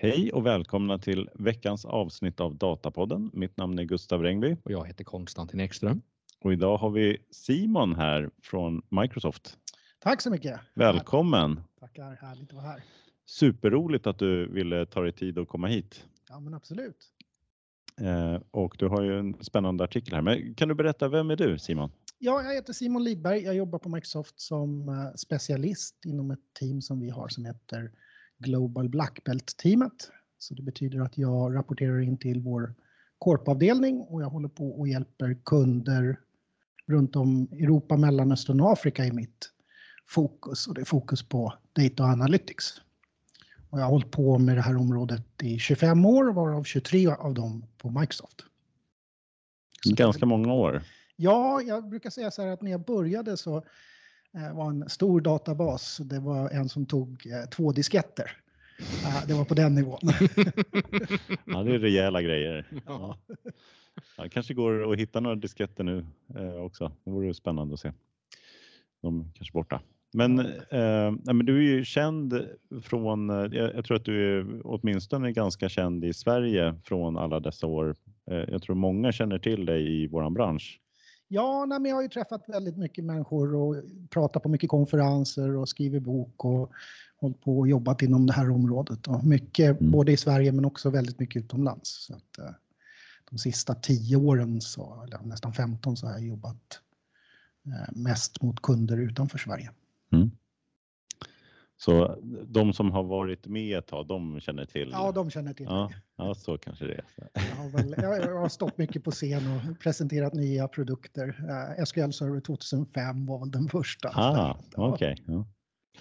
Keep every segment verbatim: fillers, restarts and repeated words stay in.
Hej och välkomna till veckans avsnitt av Datapodden. Mitt namn är Gustav Rengby. Och jag heter Konstantin Ekström. Och idag har vi Simon här från Microsoft. Tack så mycket. Välkommen. Tackar, härligt att vara här. Superroligt att du ville ta dig tid att komma hit. Ja, men absolut. Eh, och du har ju en spännande artikel här. Men kan du berätta, vem är du, Simon? Ja, jag heter Simon Lidberg. Jag jobbar på Microsoft som uh, specialist inom ett team som vi har som heter Global Black Belt-teamet. Så det betyder att jag rapporterar in till vår korpavdelning och jag håller på och hjälper kunder runt om Europa, Mellanöstern och Afrika i mitt fokus. Och det är fokus på data analytics. Och jag har hållit på med det här området i tjugofem år, varav tjugotre av dem på Microsoft. Så ganska många år. Ja, jag brukar säga så här att när jag började så eh, var en stor databas. Det var en som tog eh, två disketter. Uh, det var på den nivån. Ja, det är rejäla grejer. Ja. Ja, det kanske går att hitta några disketter nu eh, också. Det vore spännande att se. De kanske borta. Men, eh, nej, men du är ju känd från, jag, jag tror att du är åtminstone ganska känd i Sverige från alla dessa år. Eh, jag tror många känner till dig i våran bransch. Ja, nej, men jag har ju träffat väldigt mycket människor och pratat på mycket konferenser och skrivit bok och hållit på och jobbat inom det här området. Och mycket mm. både i Sverige men också väldigt mycket utomlands. Så att, eh, de sista tio åren, så, eller nästan femton, så har jag jobbat eh, mest mot kunder utanför Sverige. Mm. Så de som har varit med ett tag, de känner till? Ja, de känner till. Ja, ja, så kanske det är. Jag har, väl, jag har stått mycket på scen och presenterat nya produkter. Uh, S Q L Server tjugohundrafem var väl den första. Ah, okej. Okay. Ja.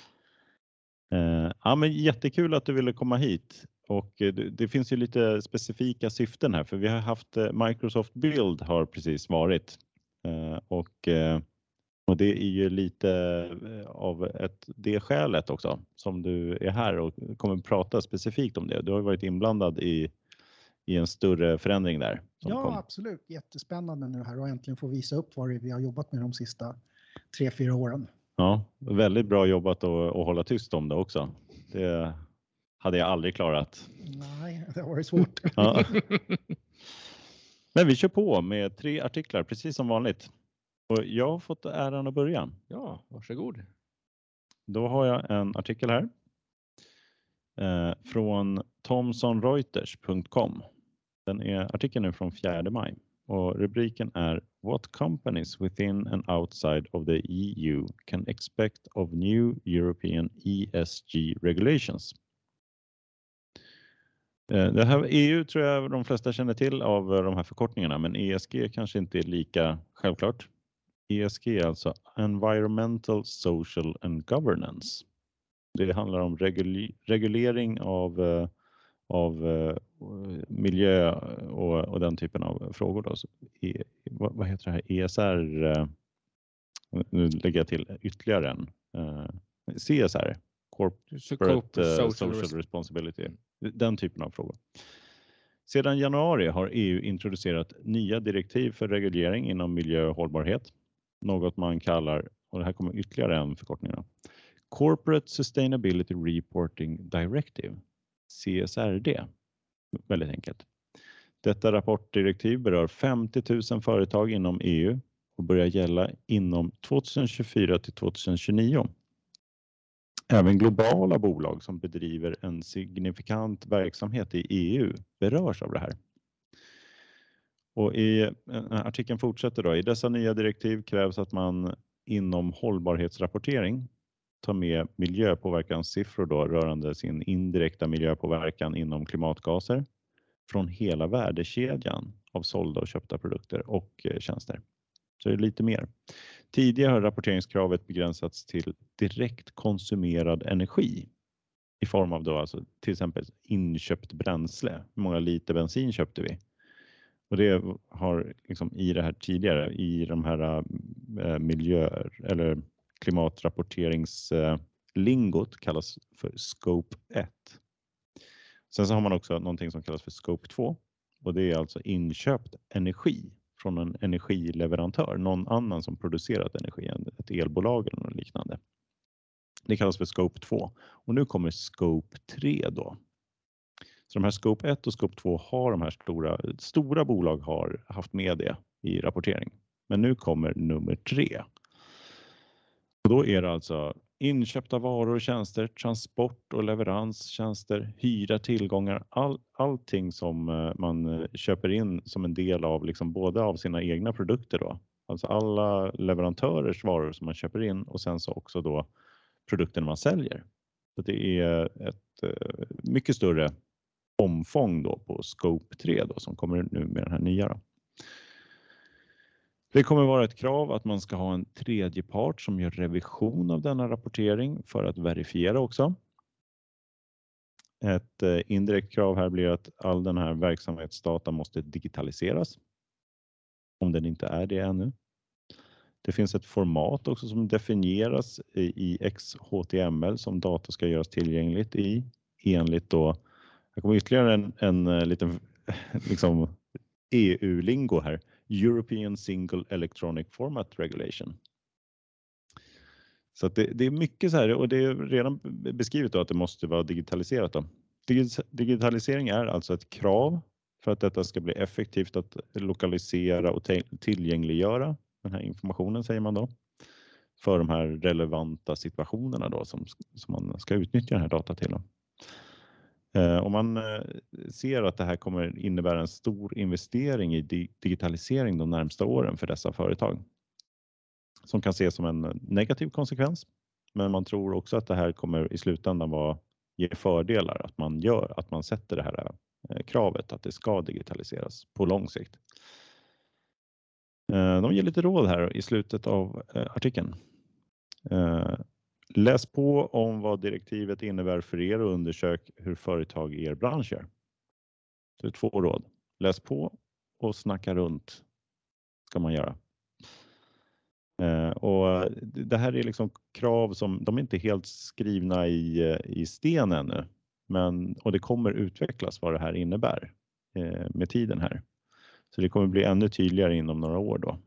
Uh, ja, men jättekul att du ville komma hit. Och det, det finns ju lite specifika syften här. För vi har haft uh, Microsoft Build har precis varit. Uh, och... Uh, Och det är ju lite av ett, det skälet också som du är här och kommer att prata specifikt om det. Du har varit inblandad i, i en större förändring där. Ja, kom. Absolut. Jättespännande nu här och äntligen få visa upp vad vi har jobbat med de sista tre, fyra åren. Ja, väldigt bra jobbat att, att hålla tyst om det också. Det hade jag aldrig klarat. Nej, det har varit svårt. Ja. Men vi kör på med tre artiklar, precis som vanligt. Och jag har fått äran att börja. Ja, varsågod. Då har jag en artikel här. Eh, från thomson reuters punkt com. Den är artikeln är från fjärde maj. Och rubriken är What companies within and outside of the E U can expect of new European E S G regulations. Eh, det här E U tror jag de flesta känner till av de här förkortningarna. Men E S G kanske inte är lika självklart. E S G är alltså Environmental, Social and Governance. Det handlar om regul- reglering av, uh, av uh, miljö och, och den typen av frågor. Då. Så, e, vad, vad heter det här? E S R, uh, nu lägger jag till ytterligare en. Uh, C S R, Corporate uh, Social, Social Responsibility. Den typen av frågor. Sedan januari har E U introducerat nya direktiv för reglering inom miljö och hållbarhet. Något man kallar, och det här kommer ytterligare en förkortning då, Corporate Sustainability Reporting Directive, C S R D. Väldigt enkelt. Detta rapportdirektiv berör femtio tusen företag inom E U och börjar gälla inom tjugohundratjugofyra till tjugohundratjugonio. Även globala bolag som bedriver en signifikant verksamhet i E U berörs av det här. Och i artikeln fortsätter då. I dessa nya direktiv krävs att man inom hållbarhetsrapportering tar med miljöpåverkanssiffror då rörande sin indirekta miljöpåverkan inom klimatgaser från hela värdekedjan av sålda och köpta produkter och tjänster. Så det är lite mer. Tidigare har rapporteringskravet begränsats till direkt konsumerad energi i form av då alltså till exempel inköpt bränsle. Hur många liter bensin köpte vi? Och det har liksom i det här tidigare, i de här äh, miljö- eller klimatrapporteringslingot äh, kallas för scope ett. Sen så har man också någonting som kallas för scope två. Och det är alltså inköpt energi från en energileverantör. Någon annan som producerat energi, ett elbolag eller något liknande. Det kallas för scope två. Och nu kommer scope tre då. Så de här Scope ett och Scope två har de här stora, stora bolag har haft med det i rapportering. Men nu kommer nummer tre. Och då är det alltså inköpta varor och tjänster, transport och leveranstjänster, hyra tillgångar, all, allting som man köper in som en del av liksom både av sina egna produkter då. Alltså alla leverantörers varor som man köper in och sen så också då produkten man säljer. Så det är ett mycket större omfång då på Scope tre då som kommer nu med den här nya då. Det kommer vara ett krav att man ska ha en tredje part som gör revision av denna rapportering för att verifiera också. Ett indirekt krav här blir att all den här verksamhetsdata måste digitaliseras. Om den inte är det ännu. Det finns ett format också som definieras i X H T M L som data ska göras tillgängligt i. Enligt då, jag kommer ytterligare en, en liten liksom E U-lingo här. European Single Electronic Format Regulation. Så att det, det är mycket så här och det är redan beskrivet då att det måste vara digitaliserat då. Digitalisering är alltså ett krav för att detta ska bli effektivt att lokalisera och tillgängliggöra den här informationen säger man då. För de här relevanta situationerna då som, som man ska utnyttja den här data till. Då. Om man ser att det här kommer innebära en stor investering i digitalisering de närmsta åren för dessa företag. Som kan ses som en negativ konsekvens. Men man tror också att det här kommer i slutändan vara, ge fördelar. Att man gör, att man sätter det här kravet att det ska digitaliseras på lång sikt. De ger lite råd här i slutet av artikeln. Läs på om vad direktivet innebär för er och undersök hur företag i er bransch gör. Det är två råd. Läs på och snacka runt ska man göra. Och det här är liksom krav som de är inte helt skrivna i, i sten ännu. Men, och det kommer utvecklas vad det här innebär med tiden här. Så det kommer bli ännu tydligare inom några år då.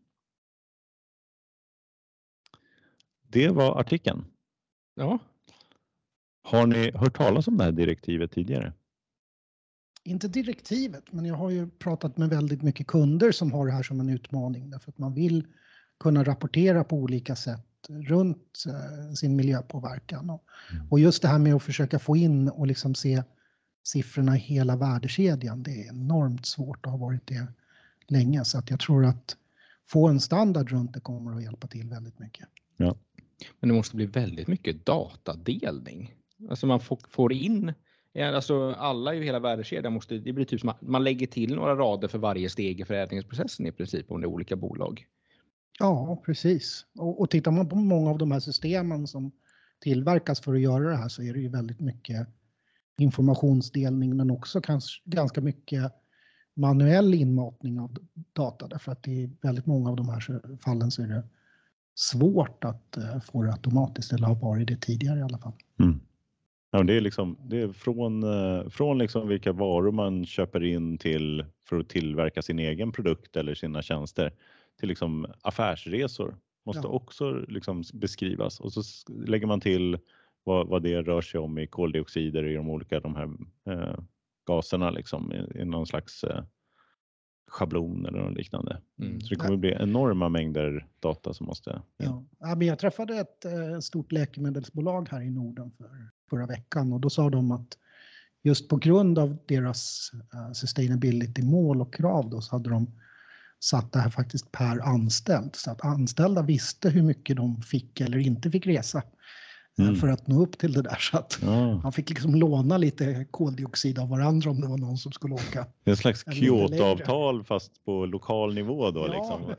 Det var artikeln. Ja. Har ni hört talas om det här direktivet tidigare? Inte direktivet, men jag har ju pratat med väldigt mycket kunder som har det här som en utmaning. Därför att man vill kunna rapportera på olika sätt runt sin miljöpåverkan. Och, mm. och just det här med att försöka få in och liksom se siffrorna i hela värdekedjan, det är enormt svårt och har varit det länge. Så att jag tror att få en standard runt det kommer att hjälpa till väldigt mycket. Ja. Men det måste bli väldigt mycket datadelning. Alltså man får, får in, alltså alla i hela värdekedjan måste, det blir typ som att man lägger till några rader för varje steg i förädlingsprocessen i princip om det är olika bolag. Ja, precis. Och, och tittar man på många av de här systemen som tillverkas för att göra det här så är det ju väldigt mycket informationsdelning men också kanske ganska mycket manuell inmatning av data. Därför att i väldigt många av de här fallen så är det svårt att uh, få det automatiskt eller har varit det tidigare i alla fall. Mm. Ja, det är liksom det är från uh, från liksom vilka varor man köper in till för att tillverka sin egen produkt eller sina tjänster till liksom affärsresor måste ja. också liksom beskrivas och så lägger man till vad, vad det rör sig om i koldioxider i de olika de här uh, gaserna liksom i, i någon slags uh, schablon eller något liknande. Mm. Så det kommer att bli enorma mängder data som måste... Ja. Ja, men jag träffade ett eh, stort läkemedelsbolag här i Norden för förra veckan och då sa de att just på grund av deras uh, sustainability-mål och krav då så hade de satt det här faktiskt per anställd. Så att anställda visste hur mycket de fick eller inte fick resa. Mm. För att nå upp till det där så att ja. man fick liksom låna lite koldioxid av varandra om det var någon som skulle åka. Det är en slags Kyoto-avtal fast på lokal nivå då ja. liksom.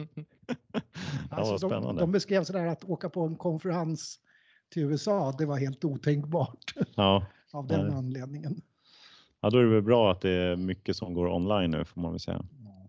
Alltså, spännande. De, de beskrev sådär att åka på en konferens till U S A, det var helt otänkbart. Ja. av den Nej. anledningen. Ja, då är det väl bra att det är mycket som går online nu får man väl säga.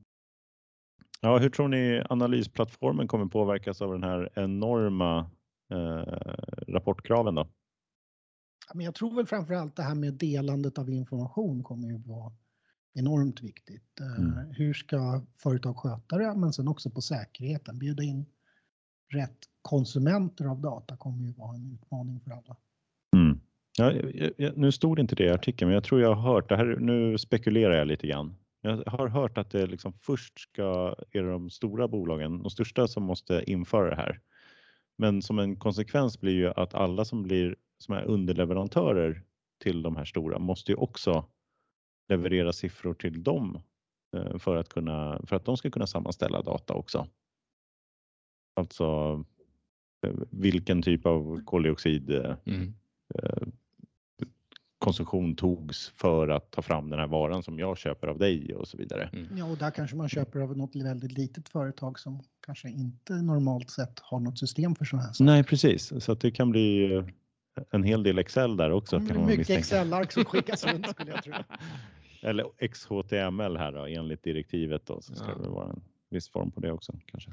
Ja, hur tror ni analysplattformen kommer påverkas av den här enorma Eh, rapportkraven då? Men jag tror väl framförallt det här med delandet av information kommer ju vara enormt viktigt. Mm. Eh, hur ska företag sköta det men sen också på säkerheten. Bjuda in rätt konsumenter av data kommer ju vara en utmaning för alla. Mm. Ja, jag, jag, nu stod inte det i artikeln, men jag tror jag har hört det här. Nu spekulerar jag lite grann. Jag har hört att det liksom först ska är de stora bolagen, de största, som måste införa det här. Men som en konsekvens blir ju att alla som blir som är underleverantörer till de här stora måste ju också leverera siffror till dem för att kunna för att de ska kunna sammanställa data också. Alltså vilken typ av koldioxid mm. konsumtion togs för att ta fram den här varan som jag köper av dig och så vidare. Mm. Ja, och där kanske man köper av något väldigt litet företag som kanske inte normalt sett har något system för sådana här saker. Nej, precis. Så att det kan bli en hel del Excel där också. Det kan mycket Excel-ark som skickas runt, skulle jag tro. Eller X H T M L här då, enligt direktivet då, så ska ja. det vara en viss form på det också kanske.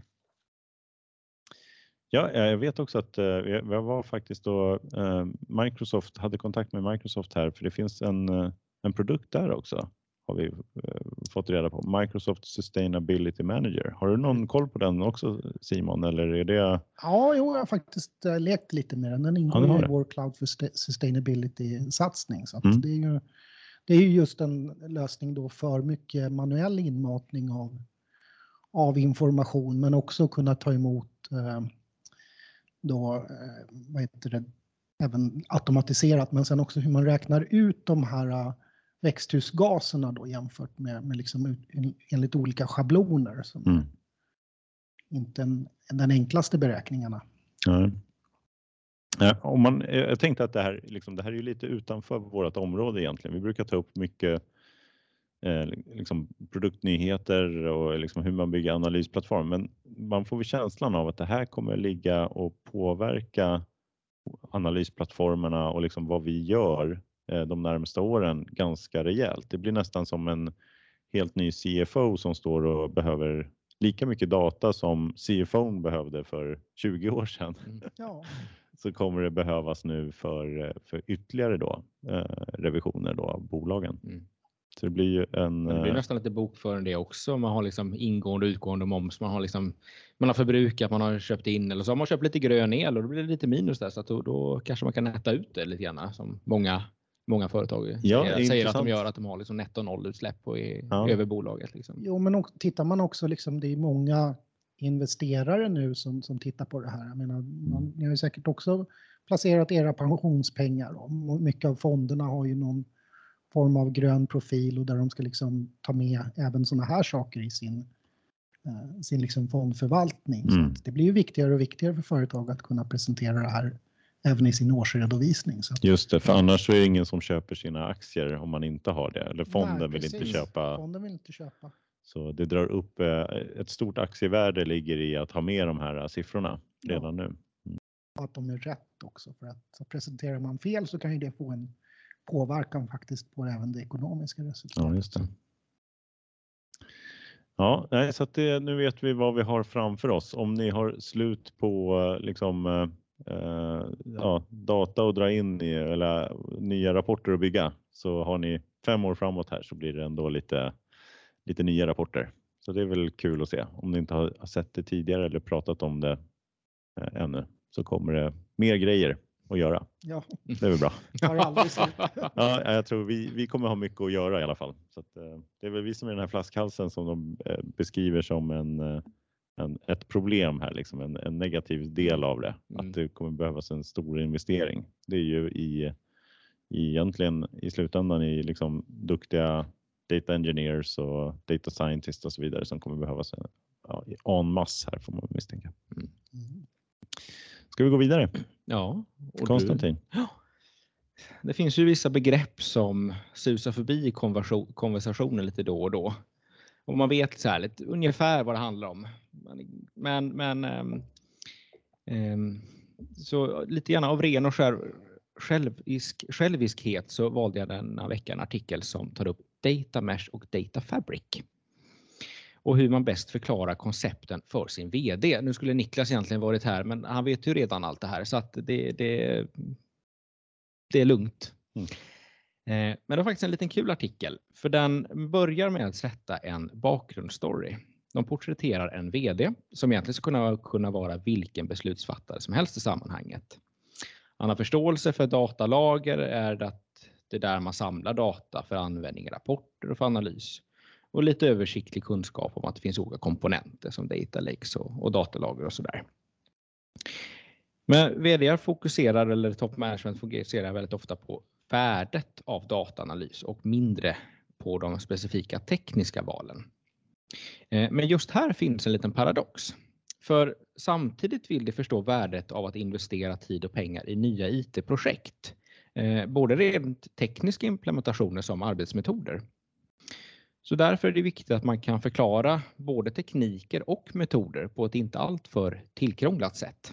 Ja, jag vet också att jag var faktiskt då Microsoft hade kontakt med Microsoft här, för det finns en, en produkt där också, har vi fått reda på. Microsoft Sustainability Manager. Har du någon koll på den också, Simon, eller är det? Ja, jo, jag har faktiskt lekt lite med den. Den ingår ja, i vår Cloud for Sustainability-satsning, så att mm. det är ju det är ju just en lösning då för mycket manuell inmatning av av information, men också kunna ta emot eh, då, eh, vad heter det, även automatiserat, men sen också hur man räknar ut de här uh, växthusgaserna då jämfört med, med liksom enligt olika schabloner som mm. inte en, den enklaste beräkningarna. Ja. Ja, om man, jag tänkte att det här, liksom, det här är ju lite utanför vårt område egentligen. Vi brukar ta upp mycket eh, liksom produktnyheter och liksom hur man bygger analysplattform. Men man får väl känslan av att det här kommer ligga och påverka analysplattformarna och liksom vad vi gör eh, de närmaste åren ganska rejält. Det blir nästan som en helt ny C F O som står och behöver lika mycket data som C F O behövde för tjugo år sedan. Ja. Så kommer det behövas nu för, för ytterligare då, eh, revisioner då av bolagen. Mm. Så det blir ju en... Men det blir nästan lite bokföring det också. Man har liksom ingående och utgående moms. Man har, liksom, man har förbrukat, man har köpt in, eller så har man köpt lite grön el och då blir det lite minus där. Så att då, då kanske man kan nätta ut det lite grann, som många, många företag ja, säger, säger att de gör, att de har liksom netto nollutsläpp på i, ja. över bolaget. Liksom. Jo, men också, tittar man också, liksom, det är många investerare nu som, som tittar på det här. Jag menar, man, ni har ju säkert också placerat era pensionspengar. Och mycket av fonderna har ju någon form av grön profil och där de ska liksom ta med även såna här saker i sin, eh, sin liksom fondförvaltning. Mm. Så det blir ju viktigare och viktigare för företag att kunna presentera det här även i sin årsredovisning. Så att, just det, för annars så är det ingen som köper sina aktier om man inte har det. Eller fonden nej, vill inte köpa. Fonden vill inte köpa. Så det drar upp, ett stort aktievärde ligger i att ha med de här siffrorna redan ja. nu. Mm. Att de är rätt också, för att så presenterar man fel så kan ju det få en påverkan faktiskt på även det ekonomiska resultatet. Ja, just det. Ja, nej, så att det, nu vet vi vad vi har framför oss. Om ni har slut på liksom, eh, ja, data att dra in i eller nya rapporter att bygga, så har ni fem år framåt här, så blir det ändå lite lite nya rapporter. Så det är väl kul att se. Om ni inte har sett det tidigare eller pratat om det eh, ännu, så kommer det mer grejer att göra. Ja. Det är väl bra. Ja, ja, jag tror vi, vi kommer ha mycket att göra i alla fall. Så att, eh, det är väl vi som är den här flaskhalsen som de eh, beskriver som en, en, ett problem här. Liksom en, en negativ del av det. Mm. Att det kommer behövas en stor investering. Det är ju i, i egentligen i slutändan i liksom duktiga data engineers och data scientists och så vidare som kommer behövas ja, en masse här, får man misstänka. Mm. Ska vi gå vidare? Ja. Konstantin. Du, ja. Det finns ju vissa begrepp som susar förbi i konversationen lite då och då. Och man vet så här lite, ungefär vad det handlar om. Men, men ähm, ähm, så lite grann av ren och skär, självisk, själviskhet så valde jag denna vecka en artikel som tar upp Data Mesh och Data Fabric. Och hur man bäst förklarar koncepten för sin vd. Nu skulle Niklas egentligen varit här, men han vet ju redan allt det här. Så att det, det, det är lugnt. Mm. Eh, men det var faktiskt en liten kul artikel. För den börjar med att sätta en bakgrundsstory. De porträtterar en vd som egentligen ska kunna, kunna vara vilken beslutsfattare som helst i sammanhanget. Han har förståelse för datalager, är det att det är där man samlar data för användning i rapporter och för analys. Och lite översiktlig kunskap om att det finns olika komponenter som data lakes och, och datalager och sådär. Men vd fokuserar, eller top management fokuserar väldigt ofta på värdet av dataanalys och mindre på de specifika tekniska valen. Men just här finns en liten paradox. För samtidigt vill de förstå värdet av att investera tid och pengar i nya I T-projekt. Både rent tekniska implementationer som arbetsmetoder. Så därför är det viktigt att man kan förklara både tekniker och metoder på ett inte alltför tillkrånglat sätt.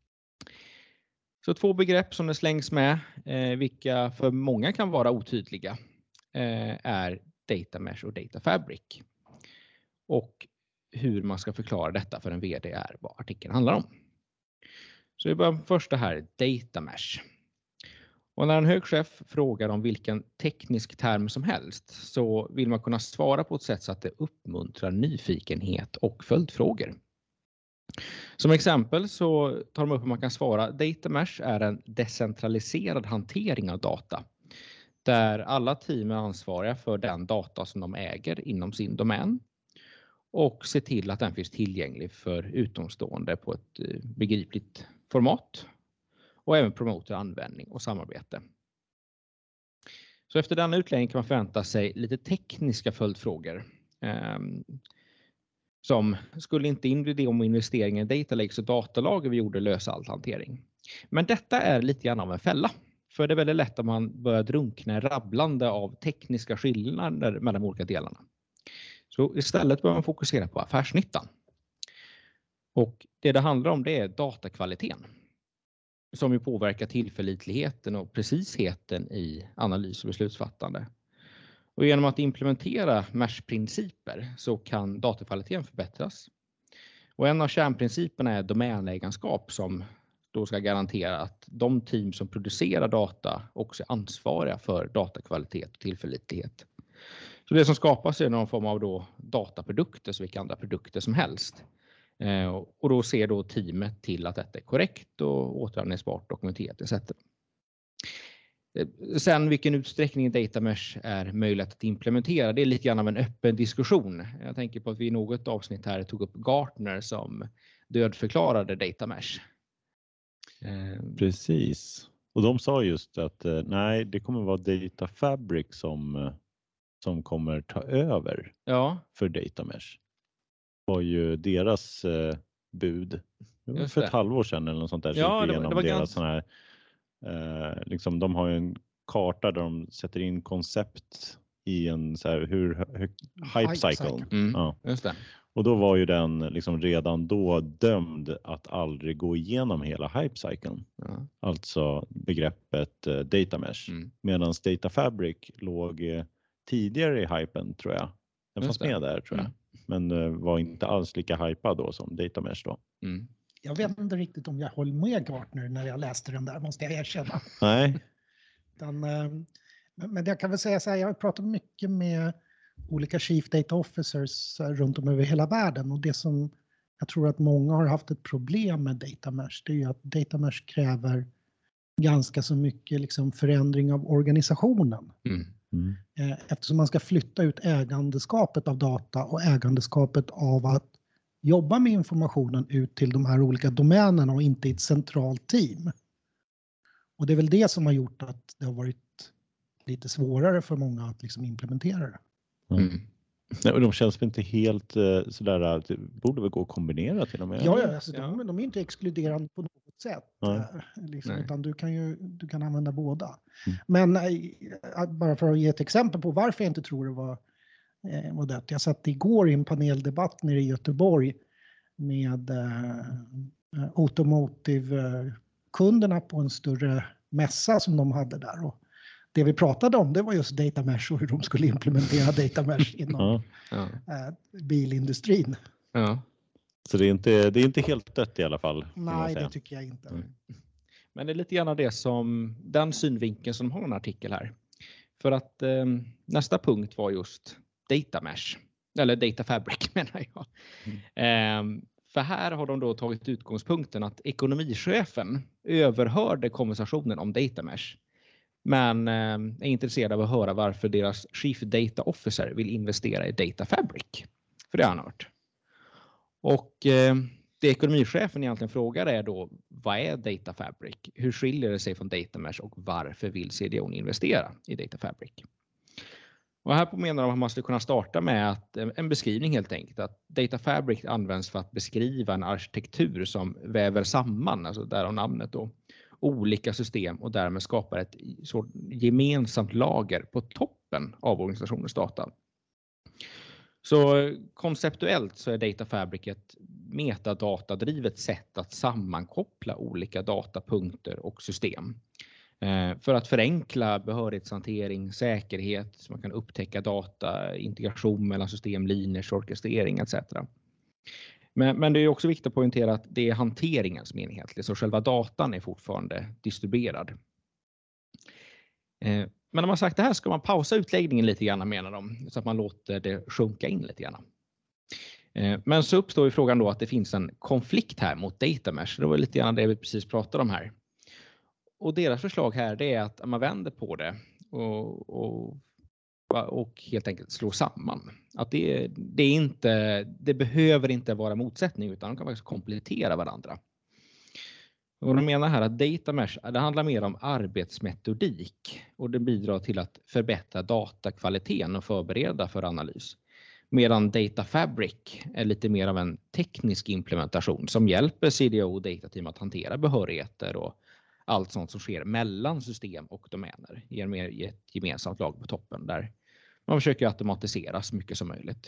Så två begrepp som det slängs med, eh, vilka för många kan vara otydliga, eh, är Data Mesh och Data Fabric. Och hur man ska förklara detta för en vd är vad artikeln handlar om. Så vi börjar först det här, Data Mesh. Och när en hög chef frågar om vilken teknisk term som helst så vill man kunna svara på ett sätt så att det uppmuntrar nyfikenhet och följdfrågor. Som exempel så tar de upp att man kan svara Data Mesh är en decentraliserad hantering av data där alla team är ansvariga för den data som de äger inom sin domän och se till att den finns tillgänglig för utomstående på ett begripligt format och även promota användning och samarbete. Så efter denna utläggning kan man förvänta sig lite tekniska följdfrågor. Um, som skulle inte idé om investeringen i data lakes och datalager vi gjorde lösa all hantering. Men detta är lite grann av en fälla. För det är väldigt lätt att man börjar drunkna i rabblande av tekniska skillnader mellan de olika delarna. Så istället bör man fokusera på affärsnyttan. Och det det handlar om det är datakvaliteten. Som ju påverkar tillförlitligheten och precisheten i analys och beslutsfattande. Och genom att implementera Mesh-principer så kan datakvaliteten förbättras. Och en av kärnprinciperna är domänegenskap som då ska garantera att de team som producerar data också är ansvariga för datakvalitet och tillförlitlighet. Så det som skapas är någon form av då dataprodukter som vilka andra produkter som helst. Och då ser då teamet till att detta är korrekt och återanvändningsbart, dokumenterat et cetera. Sen vilken utsträckning Data Mesh är möjligt att implementera, det är lite grann av en öppen diskussion. Jag tänker på att vi i något avsnitt här tog upp Gartner som dödförklarade Data Mesh. Precis. Och de sa just att nej, det kommer vara Data Fabric som, som kommer ta över ja. för Data Mesh. Det var ju deras eh, bud. Det var för ett halvår sedan eller något sånt där. Ja, det var, det var deras ganska... sån här, eh, liksom, de har ju en karta där de sätter in koncept i en så här, hur, hur hype cycle. Mm, ja. Just det. Och då var ju den liksom redan då dömd att aldrig gå igenom hela hype cyclen. Ja. Alltså begreppet eh, Data Mesh. Mm. Medan Data Fabric låg eh, tidigare i hypen tror jag. Den fanns med där tror jag. Mm. Men uh, var inte alls lika hypad då som Data Mesh då. Mm. Jag vet inte riktigt om jag höll med Gartner när jag läste den där, måste jag erkänna. Nej. Den, uh, men jag kan väl säga så här, jag har pratat mycket med olika Chief Data Officers runt om över hela världen. Och det som jag tror att många har haft ett problem med Data Mesh, det är ju att Data Mesh kräver ganska så mycket liksom förändring av organisationen. Mm. Mm. Eftersom man ska flytta ut ägandeskapet av data och ägandeskapet av att jobba med informationen ut till de här olika domänerna och inte i ett centralt team. Och det är väl det som har gjort att det har varit lite svårare för många att liksom implementera det. Mm. Nej, och de känns inte helt uh, sådär, det borde väl gå att kombinera till och med. Ja, ja, alltså, ja. De, de är inte exkluderande på något sätt. Ja. Liksom, utan du kan ju du kan använda båda. Mm. Men äh, bara för att ge ett exempel på varför jag inte tror det var, äh, var det. Jag satt igår i en paneldebatt nere i Göteborg med äh, automotive-kunderna på en större mässa som de hade där. Och det vi pratade om det var just Data Mesh och hur de skulle implementera Data Mesh inom ja. Äh, bilindustrin. Ja. Så det är, inte, det är inte helt dött i alla fall. Nej, det tycker jag inte. Mm. Men det är lite grann det som, den synvinkeln som har en artikel här. För att eh, nästa punkt var just Data Mesh. Eller Data Fabric menar jag. Mm. Eh, För här har de då tagit utgångspunkten att ekonomichefen överhörde konversationen om data mesh. Men eh, är intresserad av att höra varför deras Chief Data Officer vill investera i Data Fabric. För det har han hört. Och eh, det ekonomichefen egentligen frågar är då, vad är Data Fabric? Hur skiljer det sig från Data Mesh och varför vill C D O N investera i Data Fabric? Och här menar de att man skulle kunna starta med att, en beskrivning helt enkelt. Att Data Fabric används för att beskriva en arkitektur som väver samman, alltså därav namnet då, olika system och därmed skapar ett så gemensamt lager på toppen av organisationens data. Så konceptuellt så är Data Fabric ett metadatadrivet sätt att sammankoppla olika datapunkter och system. För att förenkla behörighetshantering, säkerhet, så man kan upptäcka data, integration mellan system, linjer, orkestrering et cetera. Men, men det är också viktigt att poängtera att det är hanteringen som är enhetlig, så själva datan är fortfarande distribuerad. Men när man sagt det här ska man pausa utläggningen lite grann, menar de, så att man låter det sjunka in lite grann. Men så uppstår ju frågan då att det finns en konflikt här mot data mesh. Det var lite grann det vi precis pratade om här. Och deras förslag här, det är att man vänder på det och, och, och helt enkelt slår samman. Att det, det, är inte, det behöver inte vara motsättning, utan de kan faktiskt komplettera varandra. Och de menar här att data mesh, det handlar mer om arbetsmetodik och det bidrar till att förbättra datakvaliteten och förbereda för analys. Medan Data Fabric är lite mer av en teknisk implementation som hjälper C D O och datateam att hantera behörigheter och allt sånt som sker mellan system och domäner. Ger mer ett gemensamt lag på toppen där man försöker automatisera så mycket som möjligt.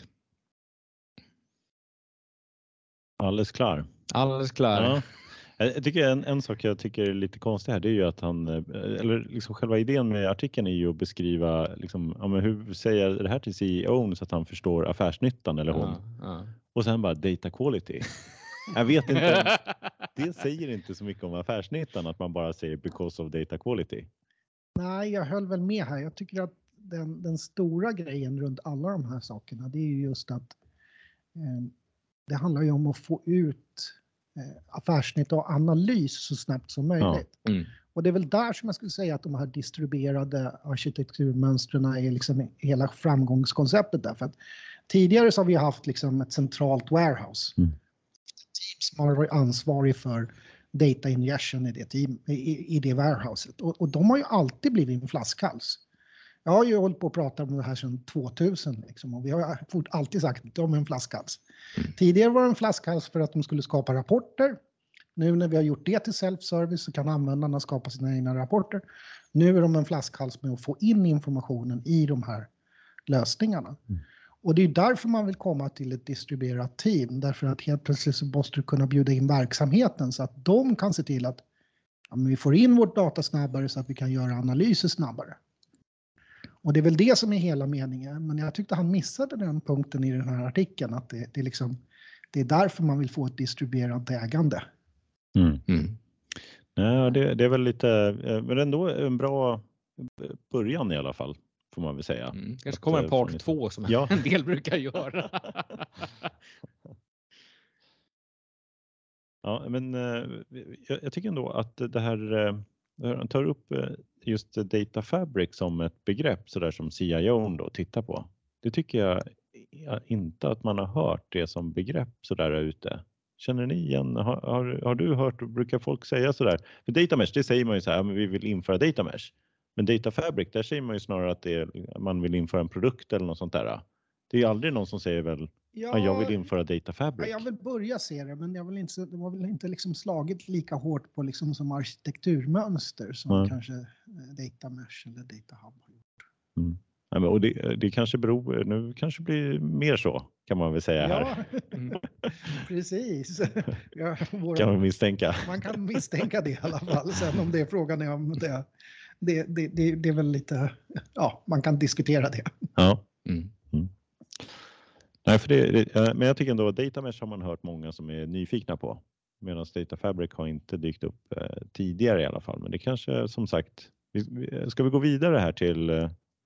Alldeles klar. Alldeles klar. Ja. Jag tycker en, en sak jag tycker är lite konstig här, det är ju att han, eller liksom själva idén med artikeln är ju att beskriva liksom, ja, men hur säger jag det här till C E O så att han förstår affärsnyttan eller hon. Ja, ja. Och sen bara data quality. Jag vet inte, det säger inte så mycket om affärsnyttan att man bara säger because of data quality. Nej, jag höll väl med här. Jag tycker att den, den stora grejen runt alla de här sakerna, det är ju just att eh, det handlar ju om att få ut eh, affärsnytta och analys så snabbt som möjligt. Ja. Mm. Och det är väl där som jag skulle säga att de här distribuerade arkitekturmönstren är liksom hela framgångskonceptet. Därför att tidigare så har vi haft liksom ett centralt warehouse. Mm. Team som har varit ansvarig för data ingestion i det, team, i, i det warehouset. Och, och de har ju alltid blivit en flaskhals. Jag har ju hållit på att prata om det här sedan tvåtusen. Liksom, och vi har fort alltid sagt att de är en flaskhals. Mm. Tidigare var det en flaskhals för att de skulle skapa rapporter. Nu när vi har gjort det till self-service så kan användarna skapa sina egna rapporter. Nu är de en flaskhals med att få in informationen i de här lösningarna. Mm. Och det är därför man vill komma till ett distribuerat team. Därför att helt plötsligt så måste du kunna bjuda in verksamheten så att de kan se till att ja, men vi får in vårt data snabbare så att vi kan göra analyser snabbare. Och det är väl det som är hela meningen. Men jag tyckte han missade den punkten i den här artikeln. Att det, det, är, liksom, det är därför man vill få ett distribuerat ägande. Mm. Mm. Ja, det, det är väl lite, men ändå en bra början i alla fall. Får man väl säga. Mm. Kanske kommer en part två som ja. en del brukar göra. Ja, men jag, jag tycker ändå att det här han tar upp just Data Fabric som ett begrepp så där som C I O då tittar på. Det tycker jag inte att man har hört det som begrepp så där ute. Känner ni igen? Har, har, har du hört, brukar folk säga så där? För Data Mesh, det säger man ju så här, men vi vill införa Data Mesh. Men Data Fabric, där säger man ju snarare att det är, man vill införa en produkt eller något sånt där. Det är ju aldrig någon som säger väl, ja, jag vill införa Data Fabric. Ja, jag vill börja se det, men jag vill inte, det var väl inte liksom slagit lika hårt på liksom som arkitekturmönster som mm. kanske Data Mesh eller Data Hub har gjort. Mm. Ja, men, och det, det kanske beror, nu kanske blir mer så, kan man väl säga här. Ja, mm. Precis. Ja, våra, kan man misstänka. Man kan misstänka det i alla fall. Sen om det är frågan är om det, det, det, det, det är väl lite, ja, man kan diskutera det. Ja. Mm. Mm. Nej, för det, det, men jag tycker ändå att Data Mesh har man hört många som är nyfikna på. Medan Data Fabric har inte dykt upp eh, tidigare i alla fall. Men det kanske, som sagt, vi, ska vi gå vidare här till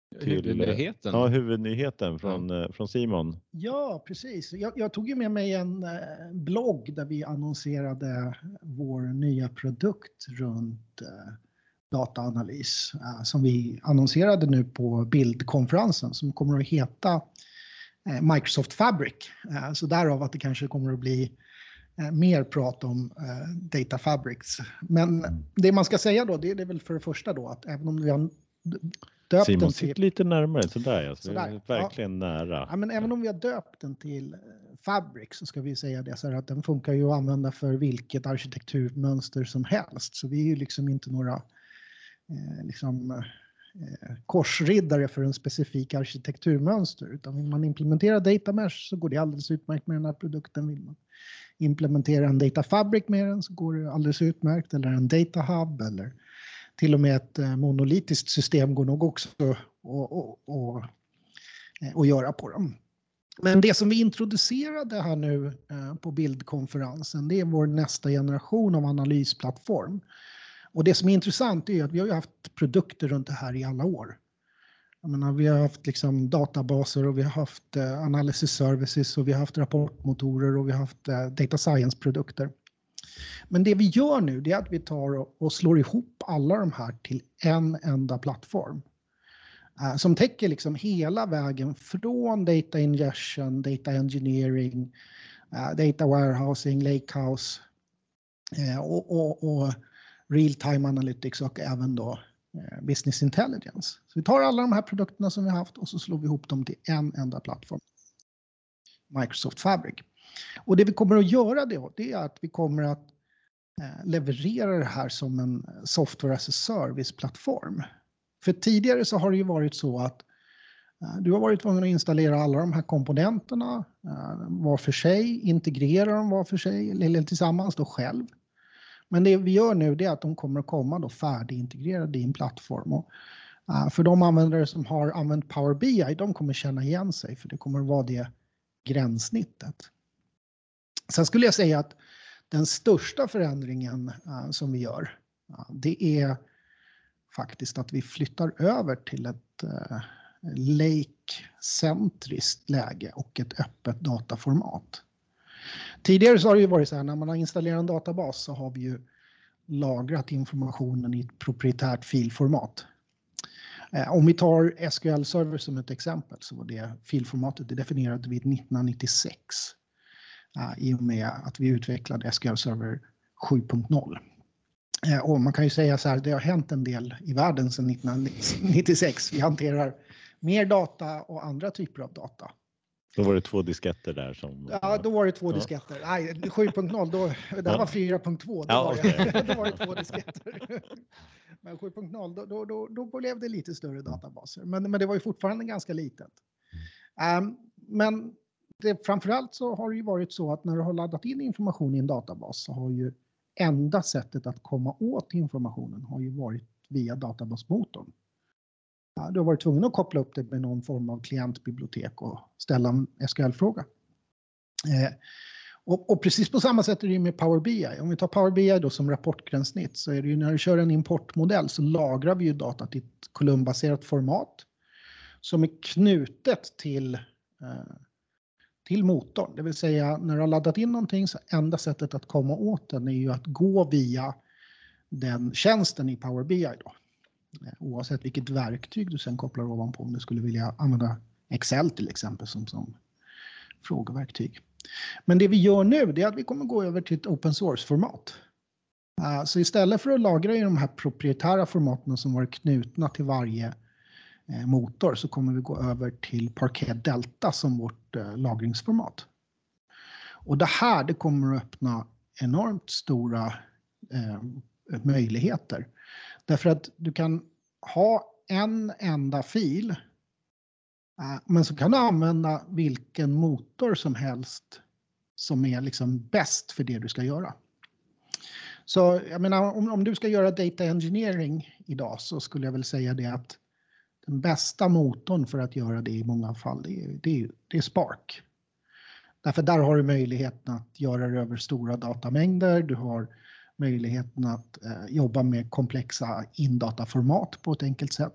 till huvudnyheten. Ja, huvudnyheten från, ja. från Simon. Ja, precis. Jag, jag tog ju med mig en eh, blogg där vi annonserade vår nya produkt runt eh, dataanalys eh, som vi annonserade nu på bildkonferensen som kommer att heta eh, Microsoft Fabric. Eh, så därav att det kanske kommer att bli eh, mer prat om eh, Data Fabrics. Men det man ska säga då, det är väl för det första då att även om vi har döpt Simon, den till... sitt lite närmare, sådär. Alltså, sådär. Verkligen ja. nära. Ja, men även om vi har döpt den till Fabric så ska vi säga det så här att den funkar ju att använda för vilket arkitekturmönster som helst. Så vi är ju liksom inte några eh, liksom, eh, korsriddare för en specifik arkitekturmönster. Utan vill man implementera data mesh så går det alldeles utmärkt med den här produkten. Vill man implementera en data fabric med den så går det alldeles utmärkt. Eller en data hub eller till och med ett monolitiskt system går nog också att göra på dem. Men det som vi introducerade här nu på bildkonferensen, det är vår nästa generation av analysplattform. Och det som är intressant är att vi har ju haft produkter runt det här i alla år. Jag menar, vi har haft liksom databaser och vi har haft analysis services och vi har haft rapportmotorer och vi har haft data science-produkter. Men det vi gör nu det är att vi tar och slår ihop alla de här till en enda plattform. Uh, som täcker liksom hela vägen från data ingestion, data engineering, uh, data warehousing, lakehouse uh, och, och, och real-time analytics och även då uh, business intelligence. Så vi tar alla de här produkterna som vi har haft och så slår vi ihop dem till en enda plattform. Microsoft Fabric. Och det vi kommer att göra då, det är att vi kommer att eh, leverera det här som en software as a service-plattform. För tidigare så har det ju varit så att eh, du har varit tvungen att installera alla de här komponenterna eh, var för sig, integrera dem var för sig eller tillsammans då själv. Men det vi gör nu det är att de kommer att komma då färdigintegrerade i en plattform. Och, eh, för de användare som har använt Power B I, de kommer känna igen sig för det kommer att vara det gränssnittet. Sen skulle jag säga att den största förändringen uh, som vi gör, uh, det är faktiskt att vi flyttar över till ett uh, lake-centriskt läge och ett öppet dataformat. Tidigare så har det ju varit så här, när man har installerat en databas så har vi ju lagrat informationen i ett proprietärt filformat. Uh, om vi tar S Q L-server som ett exempel så var det filformatet det definierade vi nittonhundranittiosex. Uh, I och med att vi utvecklade S Q L Server sju punkt noll. Uh, och man kan ju säga så här, det har hänt en del i världen sedan nittonhundranittiosex. Vi hanterar mer data och andra typer av data. Då var det två disketter där som... Ja, då var det två ja. disketter. Nej, sju punkt noll, då, det här var fyra punkt två. Då, ja, var okay. det, då var det två disketter. Men sju punkt noll, då, då, då, då blev det lite större databaser. Men, men det var ju fortfarande ganska litet. Um, men det, framförallt så har det ju varit så att när du har laddat in information i en databas så har ju enda sättet att komma åt informationen har ju varit via databasmotorn. Ja, du har varit tvungen att koppla upp det med någon form av klientbibliotek och ställa en S Q L-fråga. Eh, och, och precis på samma sätt är det ju med Power B I. Om vi tar Power B I då som rapportgränssnitt så är det ju när du kör en importmodell så lagrar vi ju datat i ett kolumnbaserat format som är knutet till eh, till motorn. Det vill säga när du har laddat in någonting så enda sättet att komma åt den är ju att gå via den tjänsten i Power B I då. Oavsett vilket verktyg du sen kopplar ovanpå om du skulle vilja använda Excel till exempel som, som frågeverktyg. Men det vi gör nu det är att vi kommer gå över till ett open source-format. Uh, så istället för att lagra i de här proprietära formaten som var knutna till varje eh, motor så kommer vi gå över till Parquet Delta som vårt eh, lagringsformat. Och det här det kommer att öppna enormt stora eh, möjligheter. Därför att du kan ha en enda fil eh, men så kan du använda vilken motor som helst som är liksom bäst för det du ska göra. Så jag menar, om, om du ska göra data engineering idag så skulle jag väl säga det att den bästa motorn för att göra det i många fall det är, det är, det är Spark. Därför där har du möjligheten att göra det över stora datamängder. Du har möjligheten att eh, jobba med komplexa indataformat på ett enkelt sätt.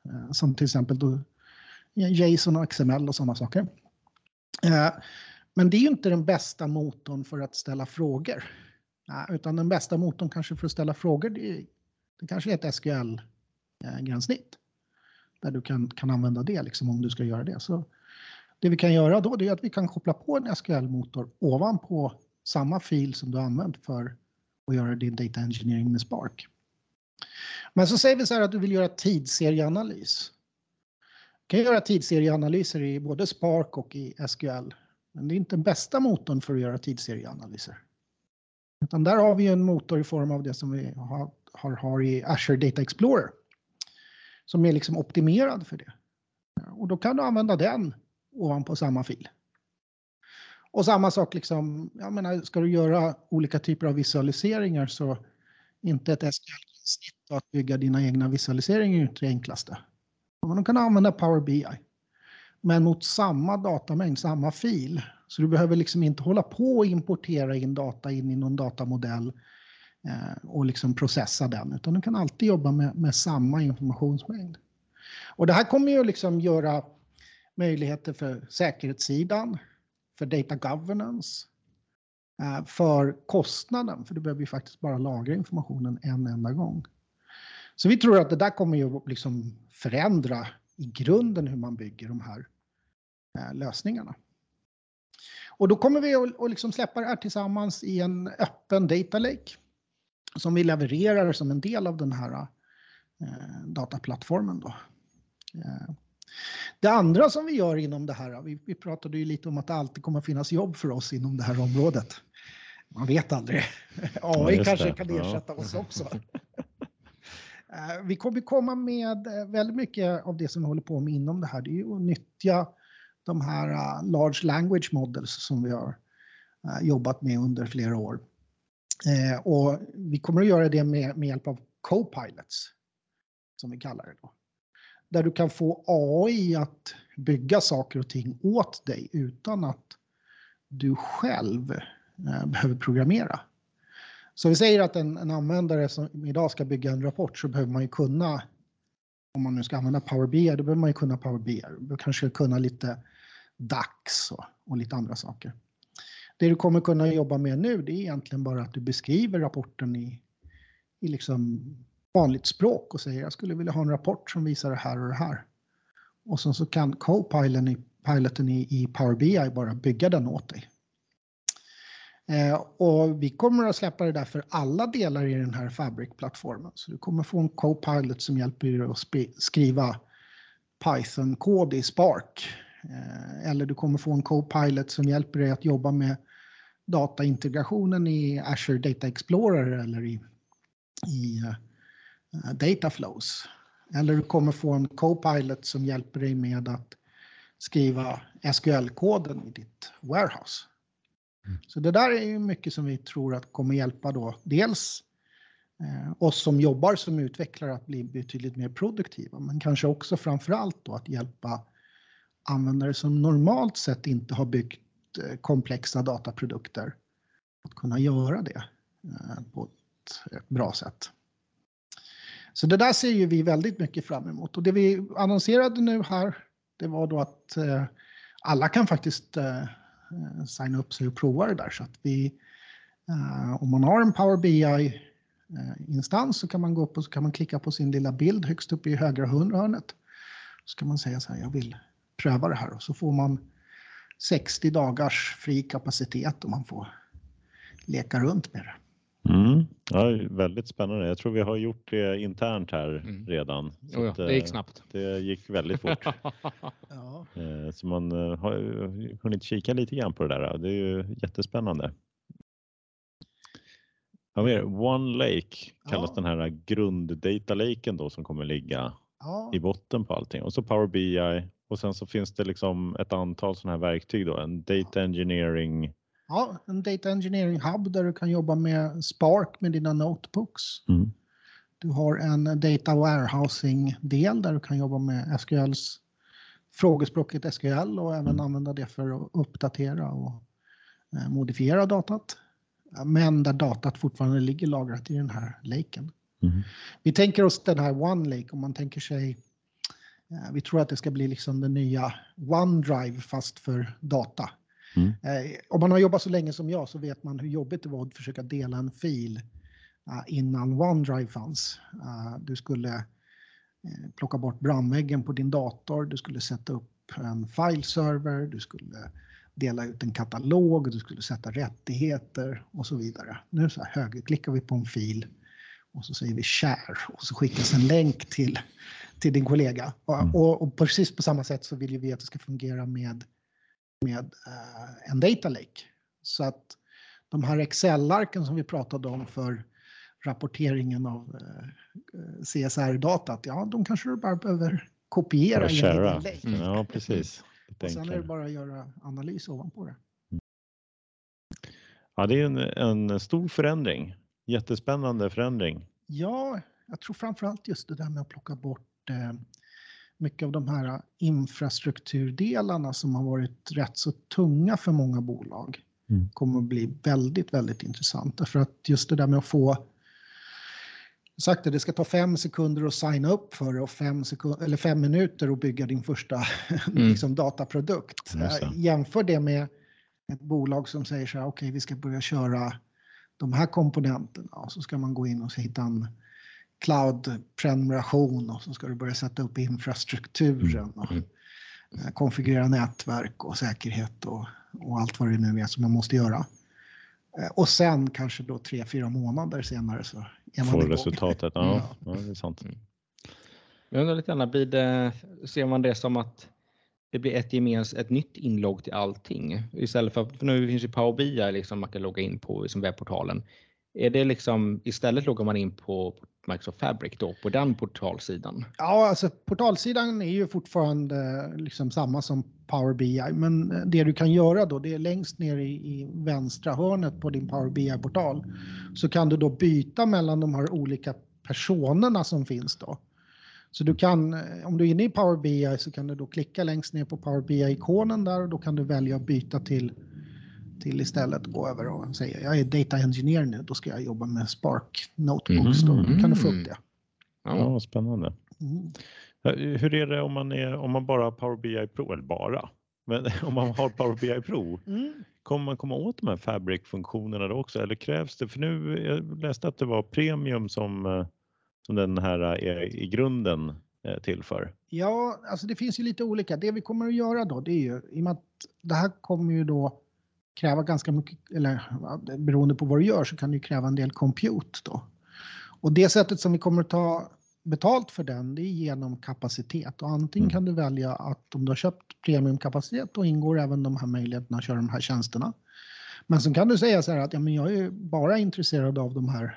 eh, som till exempel då JSON och X M L och sådana saker. Eh, men det är ju inte den bästa motorn för att ställa frågor. Ja, utan den bästa motorn kanske för att ställa frågor, det, det kanske är ett S Q L-gränssnitt. Där du kan, kan använda det liksom, om du ska göra det. Så det vi kan göra då, det är att vi kan koppla på en S Q L-motor ovanpå samma fil som du har använt för att göra din data engineering med Spark. Men så säger vi så här att du vill göra tidsserieanalys. Du kan göra tidsserieanalyser i både Spark och i S Q L. Men det är inte den bästa motorn för att göra tidsserieanalyser. Utan där har vi en motor i form av det som vi har, har, har i Azure Data Explorer. Som är liksom optimerad för det. Och då kan du använda den ovanpå samma fil. Och samma sak, liksom, jag menar, ska du göra olika typer av visualiseringar så inte ett S Q L-snitt att bygga dina egna visualiseringar är inte det enklaste. Men du kan använda Power B I. Men mot samma datamängd, samma fil. Så du behöver liksom inte hålla på och importera in data in i någon datamodell eh, och liksom processa den. Utan du kan alltid jobba med, med samma informationsmängd. Och det här kommer ju liksom göra möjligheter för säkerhetssidan, för data governance, eh, för kostnaden. För du behöver ju faktiskt bara lagra informationen en enda gång. Så vi tror att det där kommer ju liksom förändra i grunden hur man bygger de här eh, lösningarna. Och då kommer vi att, att liksom släppa det här tillsammans i en öppen data lake som vi levererar som en del av den här eh, dataplattformen då. Eh, det andra som vi gör inom det här, vi, vi pratade ju lite om att det alltid kommer att finnas jobb för oss inom det här området. Man vet aldrig. A I ja, kanske det. kan ersätta ja. oss också. Vi kommer komma med väldigt mycket av det som vi håller på med inom det här. Det är ju att nyttja de här uh, large language models som vi har uh, jobbat med under flera år. Eh, och vi kommer att göra det med, med hjälp av co-pilots, som vi kallar det då. Där du kan få A I att bygga saker och ting åt dig utan att du själv uh, behöver programmera. Så vi säger att en, en användare som idag ska bygga en rapport så behöver man ju kunna, om man nu ska använda Power B I, då behöver man ju kunna Power B I. Du kanske kunna lite D A X och, och lite andra saker. Det du kommer kunna jobba med nu, det är egentligen bara att du beskriver rapporten i, i liksom vanligt språk och säger jag skulle vilja ha en rapport som visar det här och det här. Och sen så kan co-piloten i, piloten i, i Power B I bara bygga den åt dig. Eh, och vi kommer att släppa det där för alla delar i den här Fabric-plattformen. Så du kommer få en co-pilot som hjälper dig att sp- skriva Python-kod i Spark. Eh, eller du kommer få en co-pilot som hjälper dig att jobba med dataintegrationen i Azure Data Explorer eller i, i uh, Data Flows. Eller du kommer få en co-pilot som hjälper dig med att skriva S Q L-koden i ditt warehouse. Så det där är ju mycket som vi tror att kommer hjälpa då dels eh, oss som jobbar som utvecklare att bli betydligt mer produktiva, men kanske också framförallt då att hjälpa användare som normalt sett inte har byggt eh, komplexa dataprodukter att kunna göra det eh, på ett, ett bra sätt. Så det där ser ju vi väldigt mycket fram emot, och det vi annonserade nu här, det var då att eh, alla kan faktiskt eh, signa upp sig och prova det där. Så att vi, uh, om man har en Power B I-instans uh, så kan man gå upp och så kan man klicka på sin lilla bild högst upp i högra hörnet. Så kan man säga så här, jag vill pröva det här. Och så får man sextio dagars fri kapacitet och man får leka runt med det. Mm. Ja, väldigt spännande. Jag tror vi har gjort det internt här mm. redan. Så oh ja, att, det gick snabbt. Det gick väldigt fort. Ja. Så man har hunnit kika lite grann på det där. Det är ju jättespännande. Ja, mer. One Lake kallas ja. Den här grunddatalaken då som kommer ligga ja. I botten på allting. Och så Power B I och sen så finns det liksom ett antal sådana här verktyg då. En data engineering. Ja, en data engineering hub där du kan jobba med Spark med dina notebooks. Mm. Du har en data warehousing-del där du kan jobba med S Q L:s frågespråket S Q L och även mm. använda det för att uppdatera och eh, modifiera datat. Men där datat fortfarande ligger lagrat i den här laken. Mm. Vi tänker oss den här One Lake, om man tänker sig Eh, vi tror att det ska bli liksom den nya OneDrive fast för data. Mm. Eh, om man har jobbat så länge som jag så vet man hur jobbigt det var att försöka dela en fil uh, innan OneDrive fanns. Uh, du skulle uh, plocka bort brandväggen på din dator, du skulle sätta upp en fileserver, du skulle dela ut en katalog, du skulle sätta rättigheter och så vidare. Nu så här högerklickar vi på en fil och så säger vi share och så skickas en länk till, till din kollega. Mm. Och, och precis på samma sätt så vill vi att det ska fungera med med uh, en data lake. Så att de här Excel-arken som vi pratade om för rapporteringen av uh, C S R-datat, ja, de kanske du bara behöver kopiera in i din lake. Mm. Ja, precis. Och sen är det bara att göra analys ovanpå det. Ja, det är en, en stor förändring. Jättespännande förändring. Ja, jag tror framförallt just det där med att plocka bort eh, mycket av de här infrastrukturdelarna som har varit rätt så tunga för många bolag mm. kommer att bli väldigt, väldigt intressant. Därför att just det där med att få sagt det, det ska ta fem sekunder att signa upp för och fem, sekund, eller fem minuter att bygga din första mm. liksom, dataprodukt. Jämför det med ett bolag som säger så här, okej, okay, vi ska börja köra de här komponenterna och så ska man gå in och hitta en cloud-prenumeration och så ska du börja sätta upp infrastrukturen och mm. konfigurera nätverk och säkerhet och, och allt vad det nu är som man måste göra. Och sen kanske då tre, fyra månader senare så är man får igång. Resultatet. Ja, ja. ja, det är sant. Mm. Jag undrar lite grann, blir det, ser man det som att det blir ett gemens, ett nytt inlogg till allting istället för, för nu finns ju Power B I liksom man kan logga in på som webbportalen. Är det liksom istället loggar man in på Microsoft Fabric då på den portalsidan? Ja, alltså portalsidan är ju fortfarande liksom samma som Power B I, men det du kan göra då, det är längst ner i, i vänstra hörnet på din Power B I-portal, så kan du då byta mellan de här olika personerna som finns då. Så du kan, om du är inne i Power B I så kan du då klicka längst ner på Power B I-ikonen där och då kan du välja att byta till till istället gå över och säga jag är data engineer nu, då ska jag jobba med Spark Notebooks. Då, då kan du få upp det. Ja, spännande. Mm. Hur är det om man, är, om man bara har Power B I Pro, eller bara, men om man har Power B I Pro, mm. kommer man komma åt de här Fabric-funktionerna då också? Eller krävs det, för nu jag läste att det var premium som, som den här är i grunden tillför. Ja, alltså det finns ju lite olika. Det vi kommer att göra då, det är ju, i och med att det här kommer ju då kräva ganska mycket, eller beroende på vad du gör så kan du kräva en del compute då. Och det sättet som vi kommer att ta betalt för den, det är genom kapacitet. Och antingen kan du välja att om du har köpt premiumkapacitet då ingår även de här möjligheterna att köra de här tjänsterna. Men så kan du säga så här att ja, men jag är bara intresserad av de här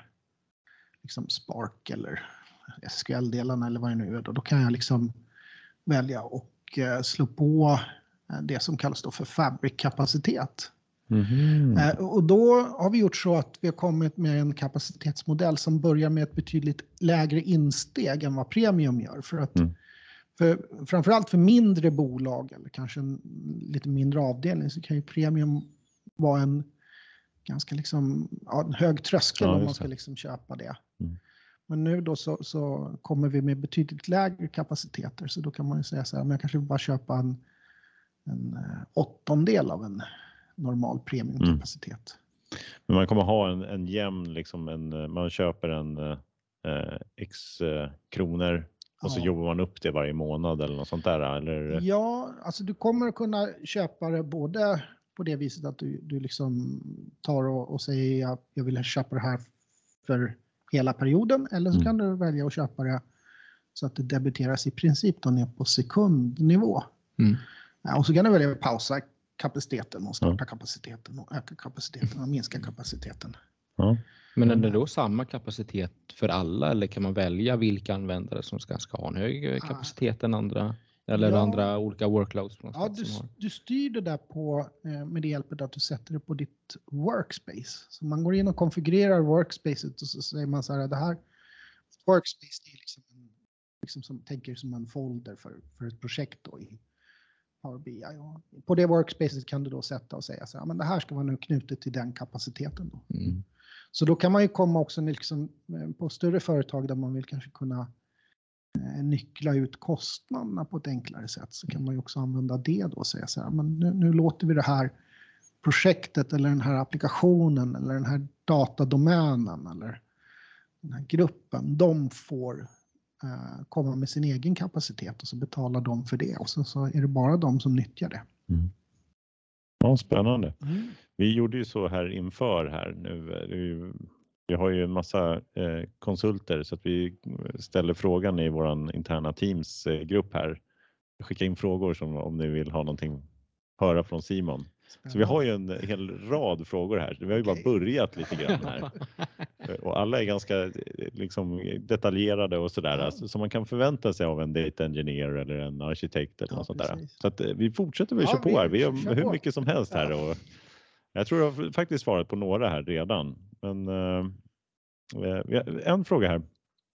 liksom Spark eller S Q L-delarna eller vad det nu är. Då, då kan jag liksom välja och eh, slå på det som kallas då för Fabric-kapacitet. Mm-hmm. Eh, och då har vi gjort så att vi har kommit med en kapacitetsmodell som börjar med ett betydligt lägre insteg än vad premium gör. För att, mm. för, framförallt för mindre bolag eller kanske en lite mindre avdelning så kan ju premium vara en ganska liksom, ja, en hög tröskel ja, om man ska liksom köpa det. Mm. Men nu då så, så kommer vi med betydligt lägre kapaciteter så då kan man ju säga så här, men jag kanske bara köpa en, en uh, åttondel av en normal premiumkapacitet. Mm. Men man kommer ha en, en jämn, liksom en, man köper en eh, x eh, kronor och ja. Så jobbar man upp det varje månad eller något sånt där? Eller? Ja, alltså du kommer kunna köpa det både på det viset att du, du liksom tar och, och säger jag, jag vill köpa det här för hela perioden eller så mm. kan du välja att köpa det så att det debiteras i princip då ner på sekundnivå. Mm. Ja, och så kan du välja att pausa kapaciteten och starta ja. kapaciteten och öka kapaciteten och minska kapaciteten. Ja. Men är det då samma kapacitet för alla eller kan man välja vilka användare som ska, ska ha en högre kapacitet än andra? Eller ja. andra olika workloads? På något ja, du, du styr det där på, med det hjälpet att du sätter det på ditt workspace. Så man går in och konfigurerar workspacet och så säger man så här, det här workspace är liksom, liksom som, tänker som en folder för, för ett projekt då i Power B I. Och på det workspacet kan du då sätta och säga så här, men det här ska vara nu knutet till den kapaciteten då. Mm. Så då kan man ju komma också liksom på större företag där man vill kanske kunna eh, nyckla ut kostnaderna på ett enklare sätt, så kan man ju också använda det då och säga så här, men nu, nu låter vi det här projektet eller den här applikationen eller den här datadomänen eller den här gruppen, de får eh, komma med sin egen kapacitet och så betalar de för det och så, så är det bara de som nyttjar det. Mm. Ja, spännande. Mm. Vi gjorde ju så här inför här nu. Vi, vi har ju en massa eh, konsulter så att vi ställer frågan i våran interna Teams-grupp här. Skicka in frågor som om ni vill ha någonting höra från Simon. Spännande. Så vi har ju en hel rad frågor här. Vi har ju bara börjat lite grann här. Och alla är ganska liksom, detaljerade och sådär. Ja. Alltså, som man kan förvänta sig av en data engineer eller en arkitekt eller Ja, något sånt där. precis. Så att, eh, vi fortsätter väl Ja, köra på vi här. Vi kör har på. hur mycket som helst här. Ja. Och jag tror jag har faktiskt svarat på några här redan. Men eh, vi har en fråga här.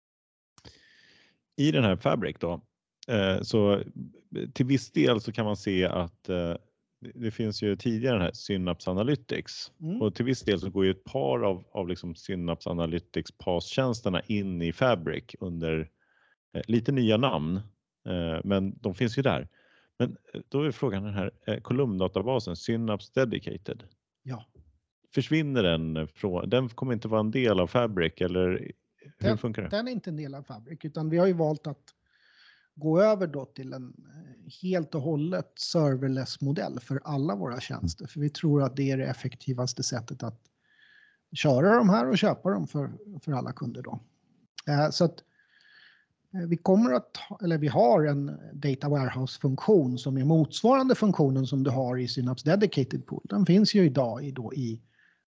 I den här Fabric då. Eh, så till viss del så kan man se att eh, det finns ju tidigare den här Synapse Analytics. Mm. Och till viss del så går ju ett par av, av liksom Synapse Analytics P A S-tjänsterna in i Fabric under eh, lite nya namn. Eh, men de finns ju där. Men eh, då är frågan den här eh, kolumndatabasen Synapse Dedicated. Ja. Försvinner den från, den kommer inte vara en del av Fabric eller hur Den, funkar det? den är inte en del av Fabric, utan vi har ju valt att gå över då till en eh, helt och hållet serverless modell för alla våra tjänster. För vi tror att det är det effektivaste sättet att köra de här och köpa dem för, för alla kunder då. Eh, så att eh, vi kommer att, ha- eller vi har en Data Warehouse-funktion som är motsvarande funktionen som du har i Synapse Dedicated Pool. Den finns ju idag i, då i,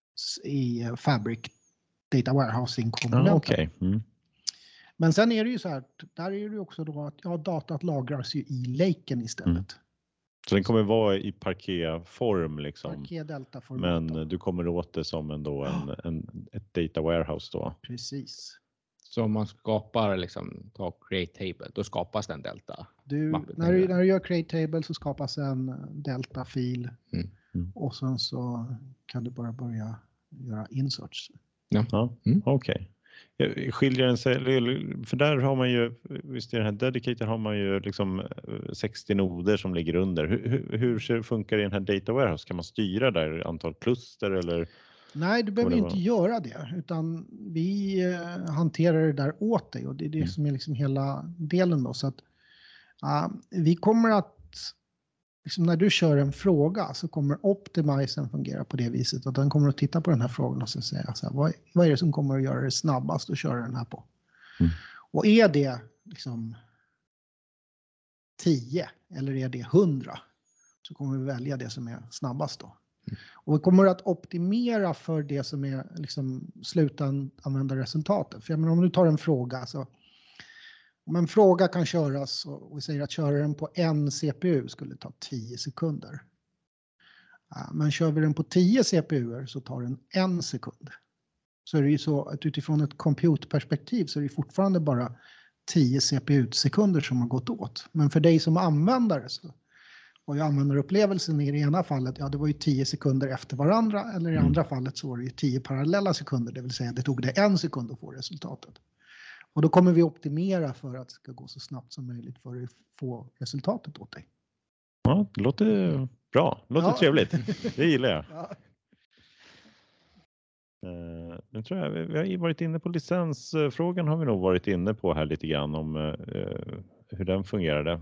i Fabric Data Warehousing-komponenten. Ja, okej. Mm. Men sen är det ju så här, där är det ju också då att ja, datat lagras ju i laken istället. Mm. Så den kommer vara i Parquet-form liksom. Parquet Delta-format. Men då. du kommer åt det som en, då, en, en, ett data warehouse då. Precis. Så om man skapar liksom, ta create table, då skapas den delta. Du, Mappen när, du, fungerar. när du gör create table så skapas en delta-fil Mm. Mm. och sen så kan du bara börja göra inserts. Ja, Mm. okej. Okay. Skiljer den sig, för där har man ju, visst i den här dedicated har man ju liksom sextio noder som ligger under. Hur, hur, hur ser- funkar det i den här data warehouse? Kan man styra där antal kluster eller? Nej, du behöver det ju vara? inte göra det, utan vi eh, hanterar det där åt dig och det är det Mm. som är liksom hela delen då. Så att uh, vi kommer att, liksom när du kör en fråga så kommer optimisen fungera på det viset att den kommer att titta på den här frågan och så säga så här, vad, vad är det som kommer att göra det snabbast att köra den här på? Mm. Och är det liksom tio eller är det hundra så kommer vi välja det som är snabbast då. Och vi kommer att optimera för det som är liksom slutanvändarresultatet. För jag menar, om du tar en fråga så om en fråga kan köras och vi säger att köra den på en C P U skulle ta tio sekunder. Ja, men kör vi den på tio C P U så tar den en sekund. Så är det ju så att utifrån ett compute-perspektiv så är det fortfarande bara tio C P U-sekunder som har gått åt. Men för dig som användare så och jag användarupplevelsen i det ena fallet, ja det var ju tio sekunder efter varandra eller i Mm. andra fallet så var det ju tio parallella sekunder, det vill säga det tog det en sekund att få resultatet. Och då kommer vi optimera för att det ska gå så snabbt som möjligt för att få resultatet åt dig. Ja, det låter bra. Det låter Ja. trevligt. Det gillar jag. Ja. Eh, Nu tror jag vi vi har varit inne på licensfrågan har vi nog varit inne på här lite grann om eh, hur den fungerade.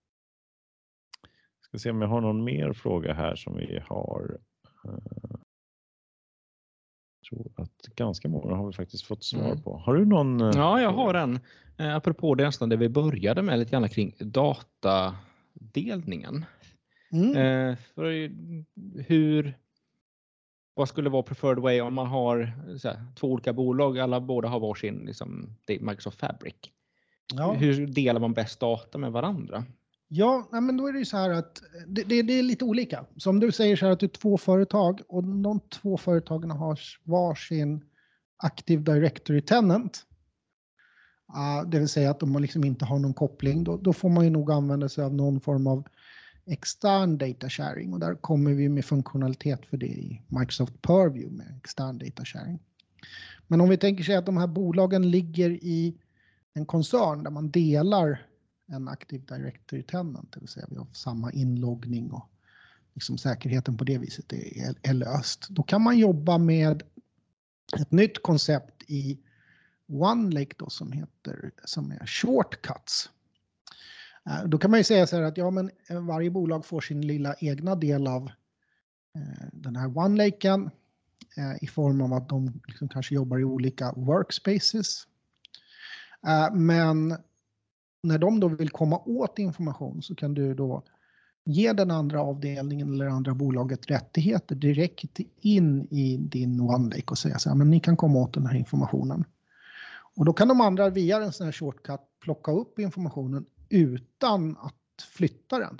Ska se om jag har någon mer fråga här som vi har. Eh, Jag tror att ganska många har vi faktiskt fått svar Mm. på. Har du någon? eh, Ja, jag fråga? har en. Eh, apropå det nästan det vi började med lite grann kring datadelningen. Mm. Eh, för hur, vad skulle vara preferred way om man har så här, två olika bolag, alla båda har varsin liksom, det är Microsoft Fabric. Ja. Hur delar man bäst data med varandra? Ja, nej, men då är det ju så här att det, det, det är lite olika. Som du säger så här att det är två företag och de två företagen har varsin Active Directory Tenant. Uh, det vill säga att de liksom inte har någon koppling. Då, då får man ju nog använda sig av någon form av extern data sharing och där kommer vi med funktionalitet för det i Microsoft Purview med extern data sharing. Men om vi tänker sig att de här bolagen ligger i en koncern där man delar en Active Directory tenant, det vill säga vi har samma inloggning och liksom säkerheten på det viset är, är löst. Då kan man jobba med ett nytt koncept i OneLake då som heter som är shortcuts. Då kan man ju säga så här att ja, men varje bolag får sin lilla egna del av eh, den här OneLaken eh, i form av att de liksom kanske jobbar i olika workspaces. Eh, men när de då vill komma åt information så kan du då ge den andra avdelningen eller andra bolaget rättigheter direkt in i din OneLake och säga så här, men ni kan komma åt den här informationen. Och då kan de andra via en sån här shortcut plocka upp informationen utan att flytta den.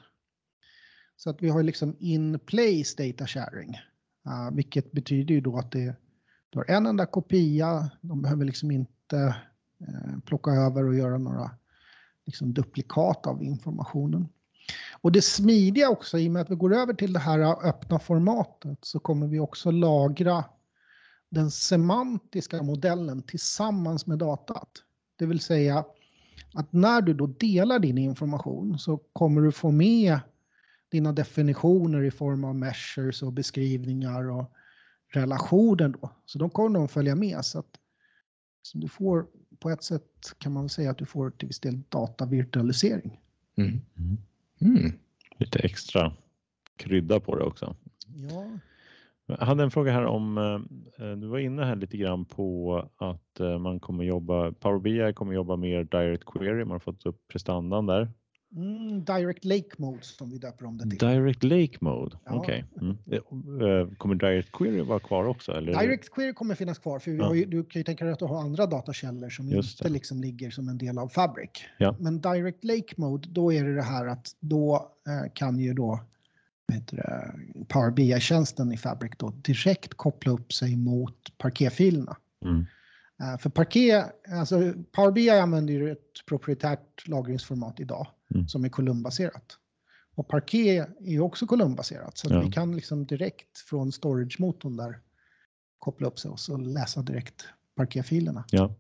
Så att vi har liksom in-place data sharing. Uh, vilket betyder ju då att det, du har en enda kopia. De behöver liksom inte uh, plocka över och göra några liksom, duplikat av informationen. Och det smidiga också, i och med att vi går över till det här öppna formatet, så kommer vi också lagra den semantiska modellen tillsammans med datat. Det vill säga att när du då delar din information så kommer du få med dina definitioner i form av measures och beskrivningar och relationer då. Så de kommer de följa med, så att så du får på ett sätt kan man säga att du får till viss del datavirtualisering. Mm. Mm. Mm. Lite extra krydda på det också. Ja. Jag hade en fråga här om, eh, du var inne här lite grann på att eh, man kommer jobba, Power B I kommer jobba mer direct query, man har fått upp prestandan där. Mm, direct lake mode som vi döper om det till. Direct lake mode, Ja. okej. Okay. Mm. Eh, kommer direct query vara kvar också? Eller? Direct query kommer finnas kvar, för vi Ja. har ju, du kan ju tänka dig att du har andra datakällor som Just inte det. liksom ligger som en del av Fabric. Ja. Men direct lake mode, då är det det här att då eh, kan ju då vad heter det, Power B I-tjänsten i Fabric då direkt koppla upp sig mot Parquet-filerna. Mm. Uh, för Parquet, alltså Power B I använder ju ett proprietärt lagringsformat idag Mm. som är Column-baserat. Och Parquet är ju också Column-baserat, så att Ja. vi kan liksom direkt från storage-motorn där koppla upp sig och så läsa direkt Parquet-filerna. Ja.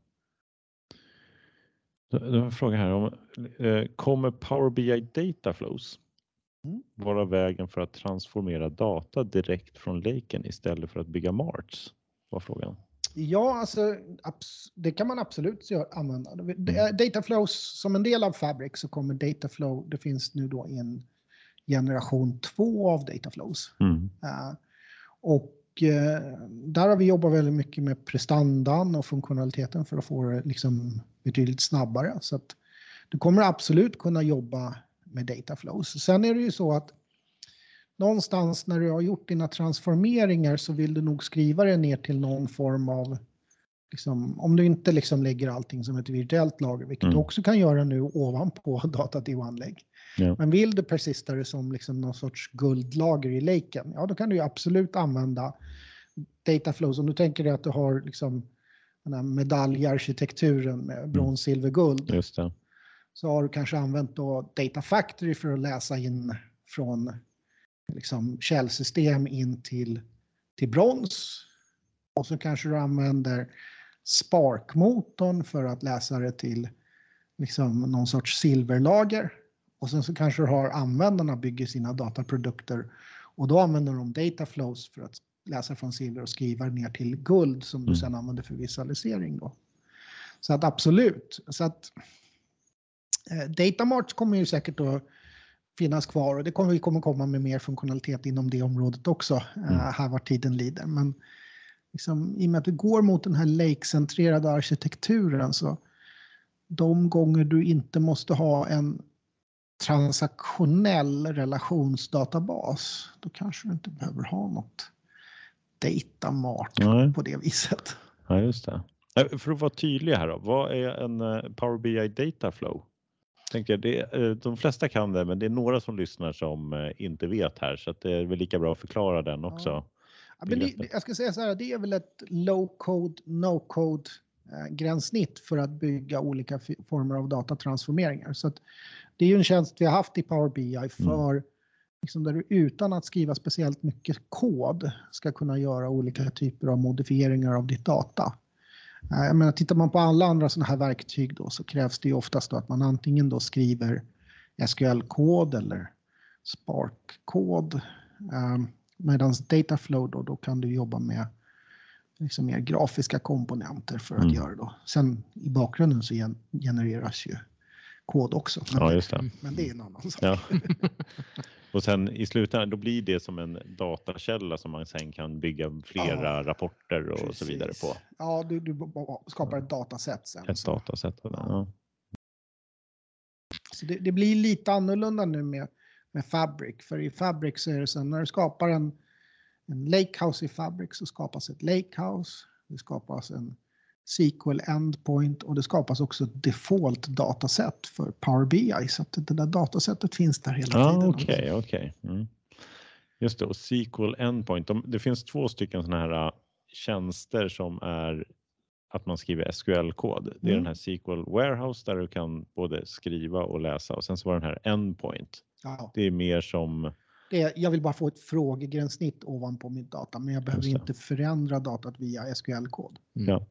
Det var en fråga här om, eh, kommer Power B I Data Flows Mm. vara vägen för att transformera data direkt från laken istället för att bygga marts? Var frågan. Ja, alltså abs- det kan man absolut göra, använda. Det- Data flows som en del av Fabric, så kommer data flow, det finns nu då en generation två av data flows. Mm. Uh, och uh, där har vi jobbat väldigt mycket med prestandan och funktionaliteten för att få det liksom betydligt snabbare. Så att du kommer absolut kunna jobba med data flows. Sen är det ju så att någonstans när du har gjort dina transformeringar så vill du nog skriva det ner till någon form av, liksom, om du inte liksom lägger allting som ett virtuellt lager, vilket Mm. du också kan göra nu ovanpå datat i OneLake. Ja. Men vill du persista det som liksom någon sorts guldlager i laken, ja då kan du ju absolut använda data flows. Om du tänker dig att du har liksom den här medaljarkitekturen med brons, silver, guld. Just det. Så har du kanske använt då Data Factory för att läsa in från liksom källsystem in till, till brons. Och så kanske du använder Spark-motorn för att läsa det till liksom någon sorts silverlager. Och sen så kanske du har användarna bygger sina dataprodukter och då använder de data flows för att läsa från silver och skriva ner till guld som du Mm. sedan använder för visualisering då. Så att absolut. Så att eh, Datamart kommer ju säkert att finnas kvar och det kommer vi kommer komma med mer funktionalitet inom det området också eh, Mm. här var tiden lider. Men liksom, i och med att vi går mot den här lake-centrerade arkitekturen, så de gånger du inte måste ha en transaktionell relationsdatabas, då kanske du inte behöver ha något datamart Nej. på det viset. Ja, just det. Eh, För att vara tydlig här då, vad är en eh, Power B I Data Flow? Tänker jag, det, eh, de flesta kan det, men det är några som lyssnar som eh, inte vet här, så att det är väl lika bra att förklara den också. Ja. Ja, men det, jag ska säga så här, det är väl ett low-code, no-code eh, gränssnitt för att bygga olika f- former av datatransformeringar. Så att det är ju en tjänst vi har haft i Power B I för liksom där du utan att skriva speciellt mycket kod ska kunna göra olika typer av modifieringar av ditt data. Jag menar, tittar man på alla andra sådana här verktyg då, så krävs det ju oftast då att man antingen då skriver S Q L-kod eller Spark-kod. Um, Medan Dataflow då, då kan du jobba med liksom mer grafiska komponenter för att mm. göra då. Sen i bakgrunden så gen- genereras ju kod också. Men, ja, just det. Men det är en annan sak. Ja. Och sen i slutändan då blir det som en datakälla som man sen kan bygga flera ja, rapporter och precis. Så vidare på. Ja, du, du skapar ett dataset sen. Ett så. dataset. Ja. Ja. Så det, det blir lite annorlunda nu med, med Fabric. För i Fabric så är det så när du skapar en, en lakehouse i Fabric så skapas ett lakehouse. Det skapas en S Q L endpoint och det skapas också ett default dataset för Power B I. Så att det där datasättet finns där hela ah, tiden. Okej, okay, okej. Okay. Mm. Just det, och S Q L endpoint. De, det finns två stycken sådana här uh, tjänster som är att man skriver S Q L-kod. Det är mm. den här S Q L warehouse där du kan både skriva och läsa. Och sen så var den här endpoint. Ja. Det är mer som... Det är, jag vill bara få ett frågegränssnitt ovanpå mitt data. Men jag behöver inte förändra datat via S Q L-kod. Mm. Ja.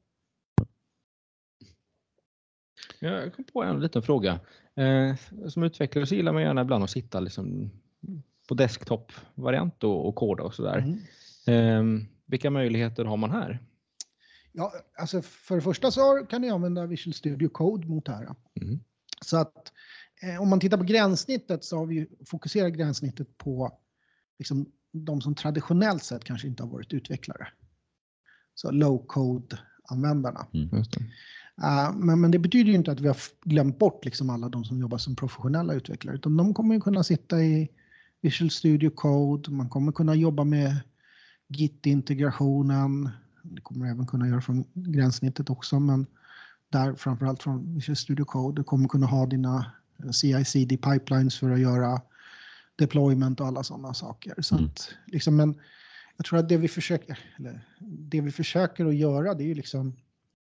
Jag kom på en liten fråga. Eh, som utvecklare så gillar man gärna ibland att sitta liksom på desktop-variant och, och koda och sådär. Mm. Eh, vilka möjligheter har man här? Ja, alltså för det första så kan ni använda Visual Studio Code mot det här. Mm. Så att eh, om man tittar på gränssnittet så har vi fokuserat gränssnittet på liksom, de som traditionellt sett kanske inte har varit utvecklare. Så low-code-användarna. Mm. Just det. Uh, men, men det betyder ju inte att vi har glömt bort liksom alla de som jobbar som professionella utvecklare. Utan de kommer ju kunna sitta i Visual Studio Code. Man kommer kunna jobba med Git-integrationen. Det kommer även kunna göra från gränssnittet också. Men där framförallt från Visual Studio Code. Du kommer kunna ha dina C I C D pipelines för att göra deployment och alla sådana saker. Så att, liksom, men jag tror att det vi försöker, eller det vi försöker att göra det är ju liksom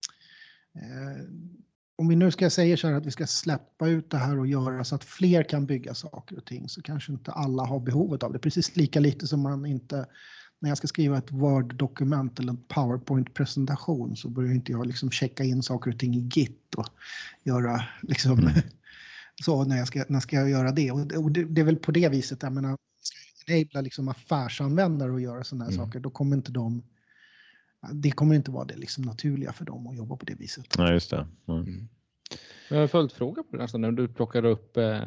Eh, om vi nu ska säga så här att vi ska släppa ut det här och göra så att fler kan bygga saker och ting så kanske inte alla har behovet av det. Precis lika lite som man inte, när jag ska skriva ett Word-dokument eller en PowerPoint-presentation så börjar inte jag liksom checka in saker och ting i Git och göra liksom mm. så när jag ska, när ska jag göra det. Och det, och det, det är väl på det viset, jag menar, ska jag enabla liksom affärsanvändare att göra sådana här mm. saker, då kommer inte de det kommer inte vara det liksom naturliga för dem att jobba på det viset. Ja, just det. Mm. Mm. Jag har följt fråga på det nästan när du plockar upp eh,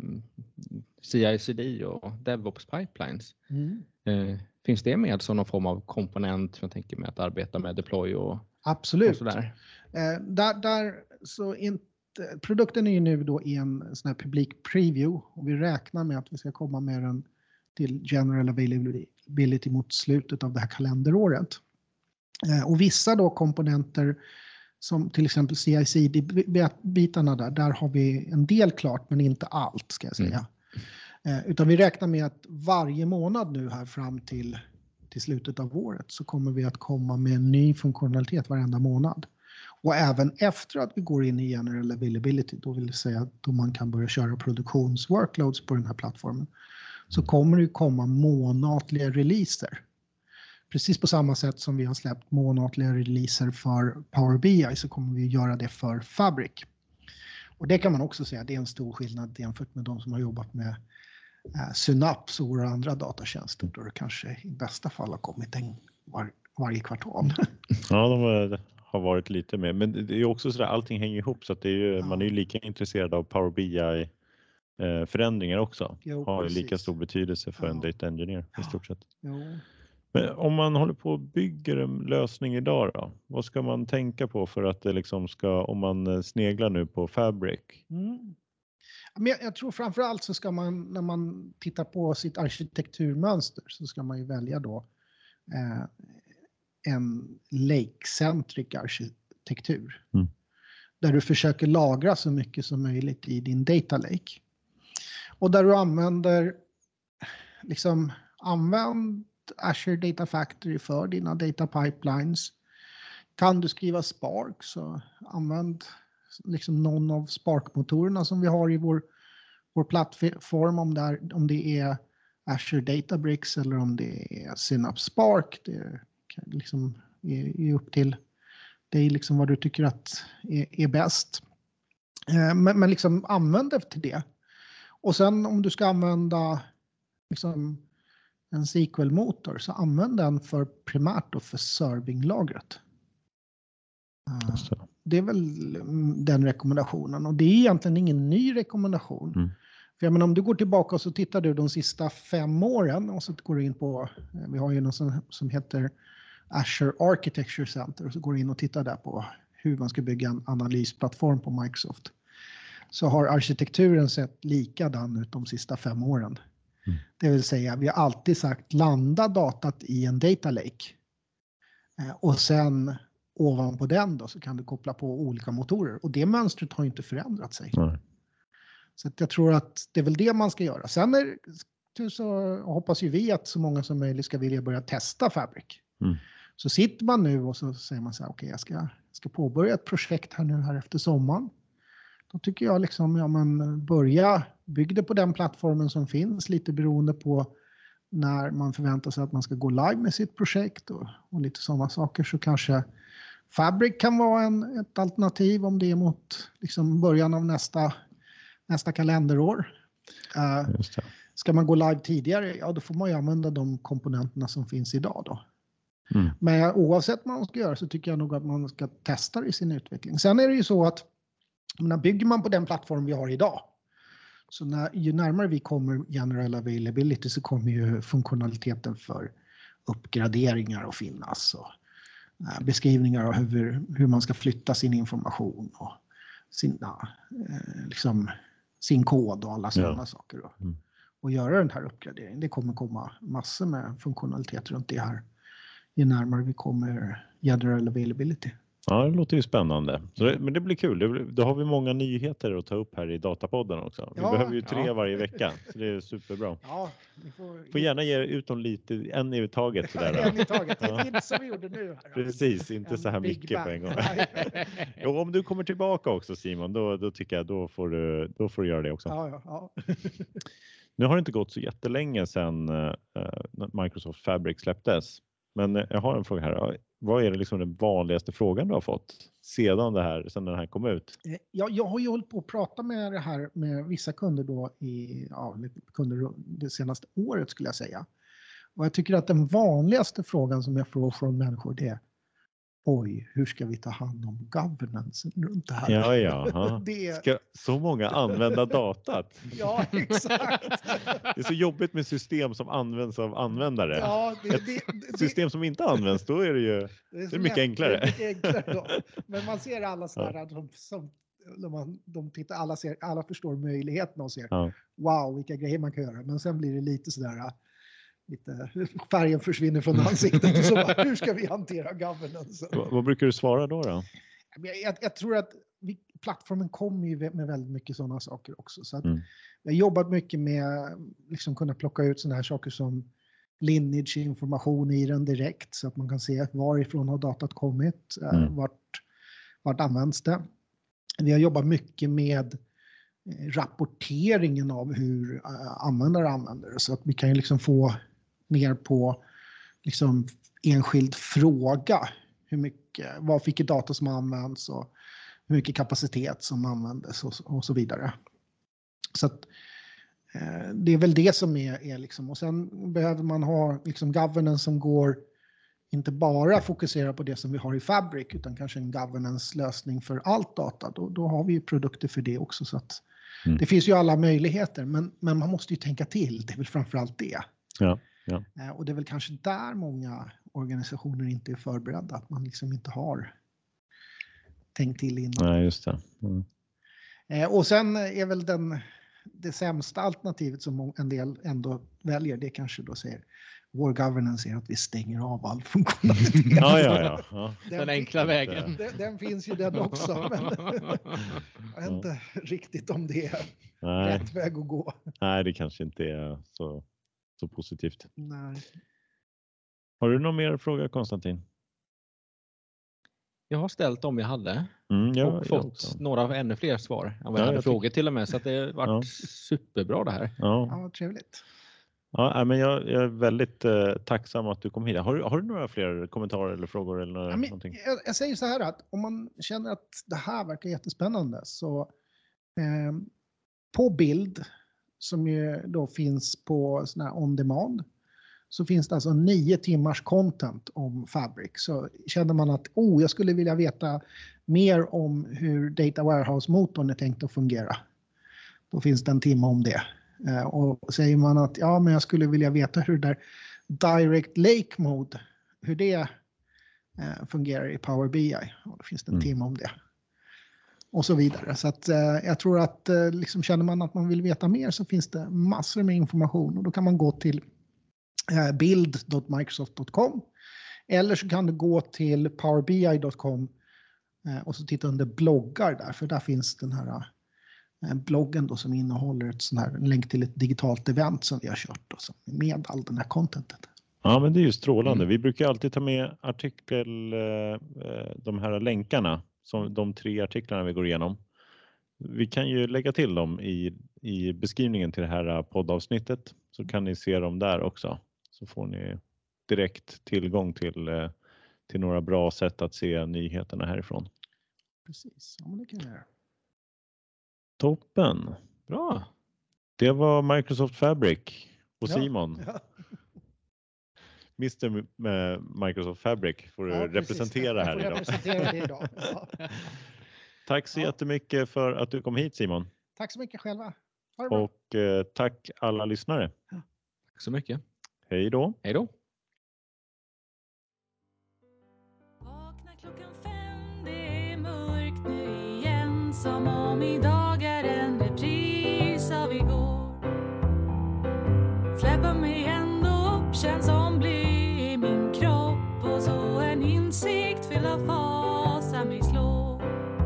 C I C D och DevOps pipelines. Mm. Eh, finns det med som någon form av komponent som jag tänker med att arbeta med deploy och absolut. Och sådär? Eh, där, där så inte, produkten är ju nu då i en sån här publik preview och vi räknar med att vi ska komma med den till general availability mot slutet av det här kalenderåret. Och vissa då komponenter som till exempel C I C D-bitarna där, där har vi en del klart men inte allt ska jag säga. Mm. Utan vi räknar med att varje månad nu här fram till, till slutet av året så kommer vi att komma med en ny funktionalitet varenda månad. Och även efter att vi går in i general availability, då vill säga då man kan börja köra produktionsworkloads på den här plattformen, så kommer det komma månatliga releaser. Precis på samma sätt som vi har släppt månatliga releaser för Power B I så kommer vi göra det för Fabric. Och det kan man också säga, det är en stor skillnad jämfört med de som har jobbat med eh, Synapse och våra andra datatjänster då det kanske i bästa fall har kommit en var, varje kvartal. Ja, de var, har varit lite med. Men det är också så där, allting hänger ihop så att det är ju, ja. Man är ju lika intresserad av Power B I eh, förändringar också. Jo, har ju lika stor betydelse för ja. en data engineer i stort sett. Jo. Men om man håller på och bygger en lösning idag då, vad ska man tänka på för att det liksom ska, om man sneglar nu på Fabric? Mm. Men jag, jag tror framförallt så ska man, när man tittar på sitt arkitekturmönster så ska man ju välja då eh, en lake-centric arkitektur. Mm. Där du försöker lagra så mycket som möjligt i din data lake. Och där du använder, liksom använd Azure Data Factory för dina data pipelines. Kan du skriva Spark så använd liksom någon av Spark-motorerna som vi har i vår, vår plattform om det, är, om det är Azure Databricks eller om det är Synapse Spark. Det är, liksom, är, är upp till dig liksom vad du tycker att är, är bäst. Eh, men, men liksom använd det till det. Och sen om du ska använda liksom en S Q L-motor så använd den för primärt då för serving-lagret. Uh, det är väl den rekommendationen. Och det är egentligen ingen ny rekommendation. Mm. För jag menar, om du går tillbaka och så tittar du de sista fem åren och så går du in på, vi har ju något som, som heter Azure Architecture Center och så går du in och tittar där på hur man ska bygga en analysplattform på Microsoft. Så har arkitekturen sett likadan ut de sista fem åren. Mm. Det vill säga, vi har alltid sagt landa datat i en data lake. Eh, och sen ovanpå den då så kan du koppla på olika motorer. Och det mönstret har inte förändrat sig. Mm. Så att jag tror att det är väl det man ska göra. Sen är, så hoppas ju vi att så många som möjligt ska vilja börja testa Fabric. Mm. Så sitter man nu och så säger man så här, okej okay, jag ska, ska påbörja ett projekt här nu här efter sommaren. Då tycker jag liksom, ja men börja bygga på den plattformen som finns, lite beroende på när man förväntar sig att man ska gå live med sitt projekt och, och lite sådana saker. Så kanske Fabric kan vara en, ett alternativ om det är mot liksom början av nästa, nästa kalenderår. Uh, Just det. Ska man gå live tidigare, ja då får man ju använda de komponenterna som finns idag då. Mm. Men oavsett vad man ska göra så tycker jag nog att man ska testa det i sin utveckling. Sen är det ju så att när bygger man på den plattform vi har idag, så när, ju närmare vi kommer general availability så kommer ju funktionaliteten för uppgraderingar att finnas och äh, beskrivningar av hur, hur man ska flytta sin information och sina, äh, liksom, sin kod och alla sådana ja. saker. Då. Mm. Och göra den här uppgraderingen. Det kommer komma massor med funktionalitet runt det här ju närmare vi kommer general availability. Ja, det låter ju spännande. Så det, men det blir kul. Det, då har vi många nyheter att ta upp här i Datapodden också. Vi ja, behöver ju tre ja. varje vecka, så det är superbra. Ja, ni får, får gärna ge ut dem lite, en i taget. Sådär, en i taget, ja. Inte som vi gjorde nu. Här. Precis, inte en så här mycket på en gång. Jo, om du kommer tillbaka också Simon, då, då tycker jag då får, du, då får du göra det också. Ja, ja, ja. Nu har det inte gått så jättelänge sedan uh, Microsoft Fabric släpptes. Men jag har en fråga här. Vad är det liksom den vanligaste frågan du har fått sedan det här, sedan den här kom ut? Ja, jag har ju hållit på att prata med det här med vissa kunder då i, ja, kunder det senaste året skulle jag säga. Och jag tycker att den vanligaste frågan som jag får från människor det är oj, hur ska vi ta hand om governance runt det här? Ja, ja. det... Ska så många använda datat? Ja, exakt. Det är så jobbigt med system som används av användare. Ja, det, det, det, system som inte används, då är det ju det är, det är mycket enklare. Det är mycket enklare då. Men man ser alla sådana ja. som, som när man, de tittar, alla, ser, alla förstår möjligheterna och ser ja. wow, vilka grejer man kan göra. Men sen blir det lite sådär lite färgen försvinner från ansiktet och så bara, hur ska vi hantera governance? Vad, vad brukar du svara då? då? Jag, jag, jag tror att vi, plattformen kommer ju med väldigt mycket sådana saker också. Så att mm. jag har jobbat mycket med liksom kunna plocka ut sådana här saker som lineage information i den direkt så att man kan se varifrån har datat kommit, mm. vart, vart används det. Vi har jobbat mycket med rapporteringen av hur användare använder det så att vi kan ju liksom få ner på liksom enskild fråga hur mycket, vad fick data som används och hur mycket kapacitet som användes och, och så vidare. Så att eh, det är väl det som är, är liksom, och sen behöver man ha liksom governance som går inte bara fokusera på det som vi har i Fabric utan kanske en governance-lösning för allt data. Då, då har vi ju produkter för det också så att mm. det finns ju alla möjligheter men, men man måste ju tänka till, det är väl framförallt det. Ja, ja. Och det är väl kanske där många organisationer inte är förberedda, att man liksom inte har tänkt till innan. Nej, just det. Mm. Och sen är väl den, det sämsta alternativet som en del ändå väljer, det kanske då säger vår governance är att vi stänger av all funktionalitet. Ja, ja, ja. ja. Den, den enkla vägen. Den, den finns ju den också. Men jag vet inte ja. riktigt om det är Nej. rätt väg att gå. Nej, det kanske inte är så, så positivt. Nej. Har du någon mer fråga, Konstantin? Jag har ställt dem jag hade mm, ja, och fått några ännu fler svar än vad jag ja, hade jag frågor till och med. Så att det har varit ja. superbra det här. Ja, ja trevligt. Ja, men jag, jag är väldigt eh, tacksam att du kom hit. Har, har du några fler kommentarer eller frågor? Eller Ja, men, någonting? jag, jag säger så här att om man känner att det här verkar jättespännande så eh, på bild som ju då finns på sån här on demand så finns det alltså nio timmars content om Fabric. Så känner man att oh, jag skulle vilja veta mer om hur Data Warehouse-motorn är tänkt att fungera. Då finns det en timme om det. Eh, och säger man att ja, men jag skulle vilja veta hur där Direct Lake Mode, hur det eh, fungerar i Power B I. Och då finns det en Mm. timme om det. Och så vidare. Så att, eh, jag tror att eh, liksom känner man att man vill veta mer så finns det massor med information. Och då kan man gå till eh, build dot microsoft dot com. Eller så kan du gå till power b i dot com eh, och så titta under bloggar där. För där finns den här eh, bloggen då som innehåller ett sån här, en länk till ett digitalt event som vi har kört då, som med all den här contentet. Ja, men det är ju strålande. Mm. Vi brukar alltid ta med artikel, eh, de här länkarna, som de tre artiklarna vi går igenom. Vi kan ju lägga till dem i, i beskrivningen till det här poddavsnittet, så kan ni se dem där också. Så får ni direkt tillgång till, eh, till några bra sätt att se nyheterna härifrån. Precis, ja men det kan jag göra. Toppen! Bra. Det var Microsoft Fabric och Ja, Simon. ja. mister med Microsoft Fabric får du Ja, precis. representera Jag här får idag. representera det idag. Ja. Tack så Ja. jättemycket för att du kom hit, Simon. Tack så mycket själva. Ha det bra. Och eh, tack alla lyssnare. Tack så mycket. Hej då! Hej då. Vakna klockan fem, det är mörkt nu igen. Som om idag är en repris av igår. Släppa mig ändå upp, känns som bly i min kropp. Och så en insikt fylld av fasa mig slår.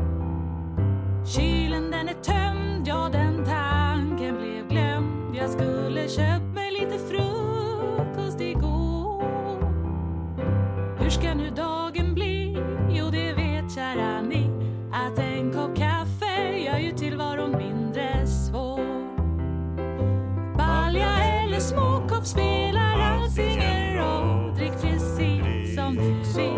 Kylen den är tömd, ja den tanken blev glömd. Jag skulle köpt mig lite frukost igår. Hur ska nu dagen bli? Jo, det vet kära ni, att en kopp kaffe gör ju tillvaron mindre svår. Balja eller småkopp spelar alls ingen roll. Drick precis som du vill.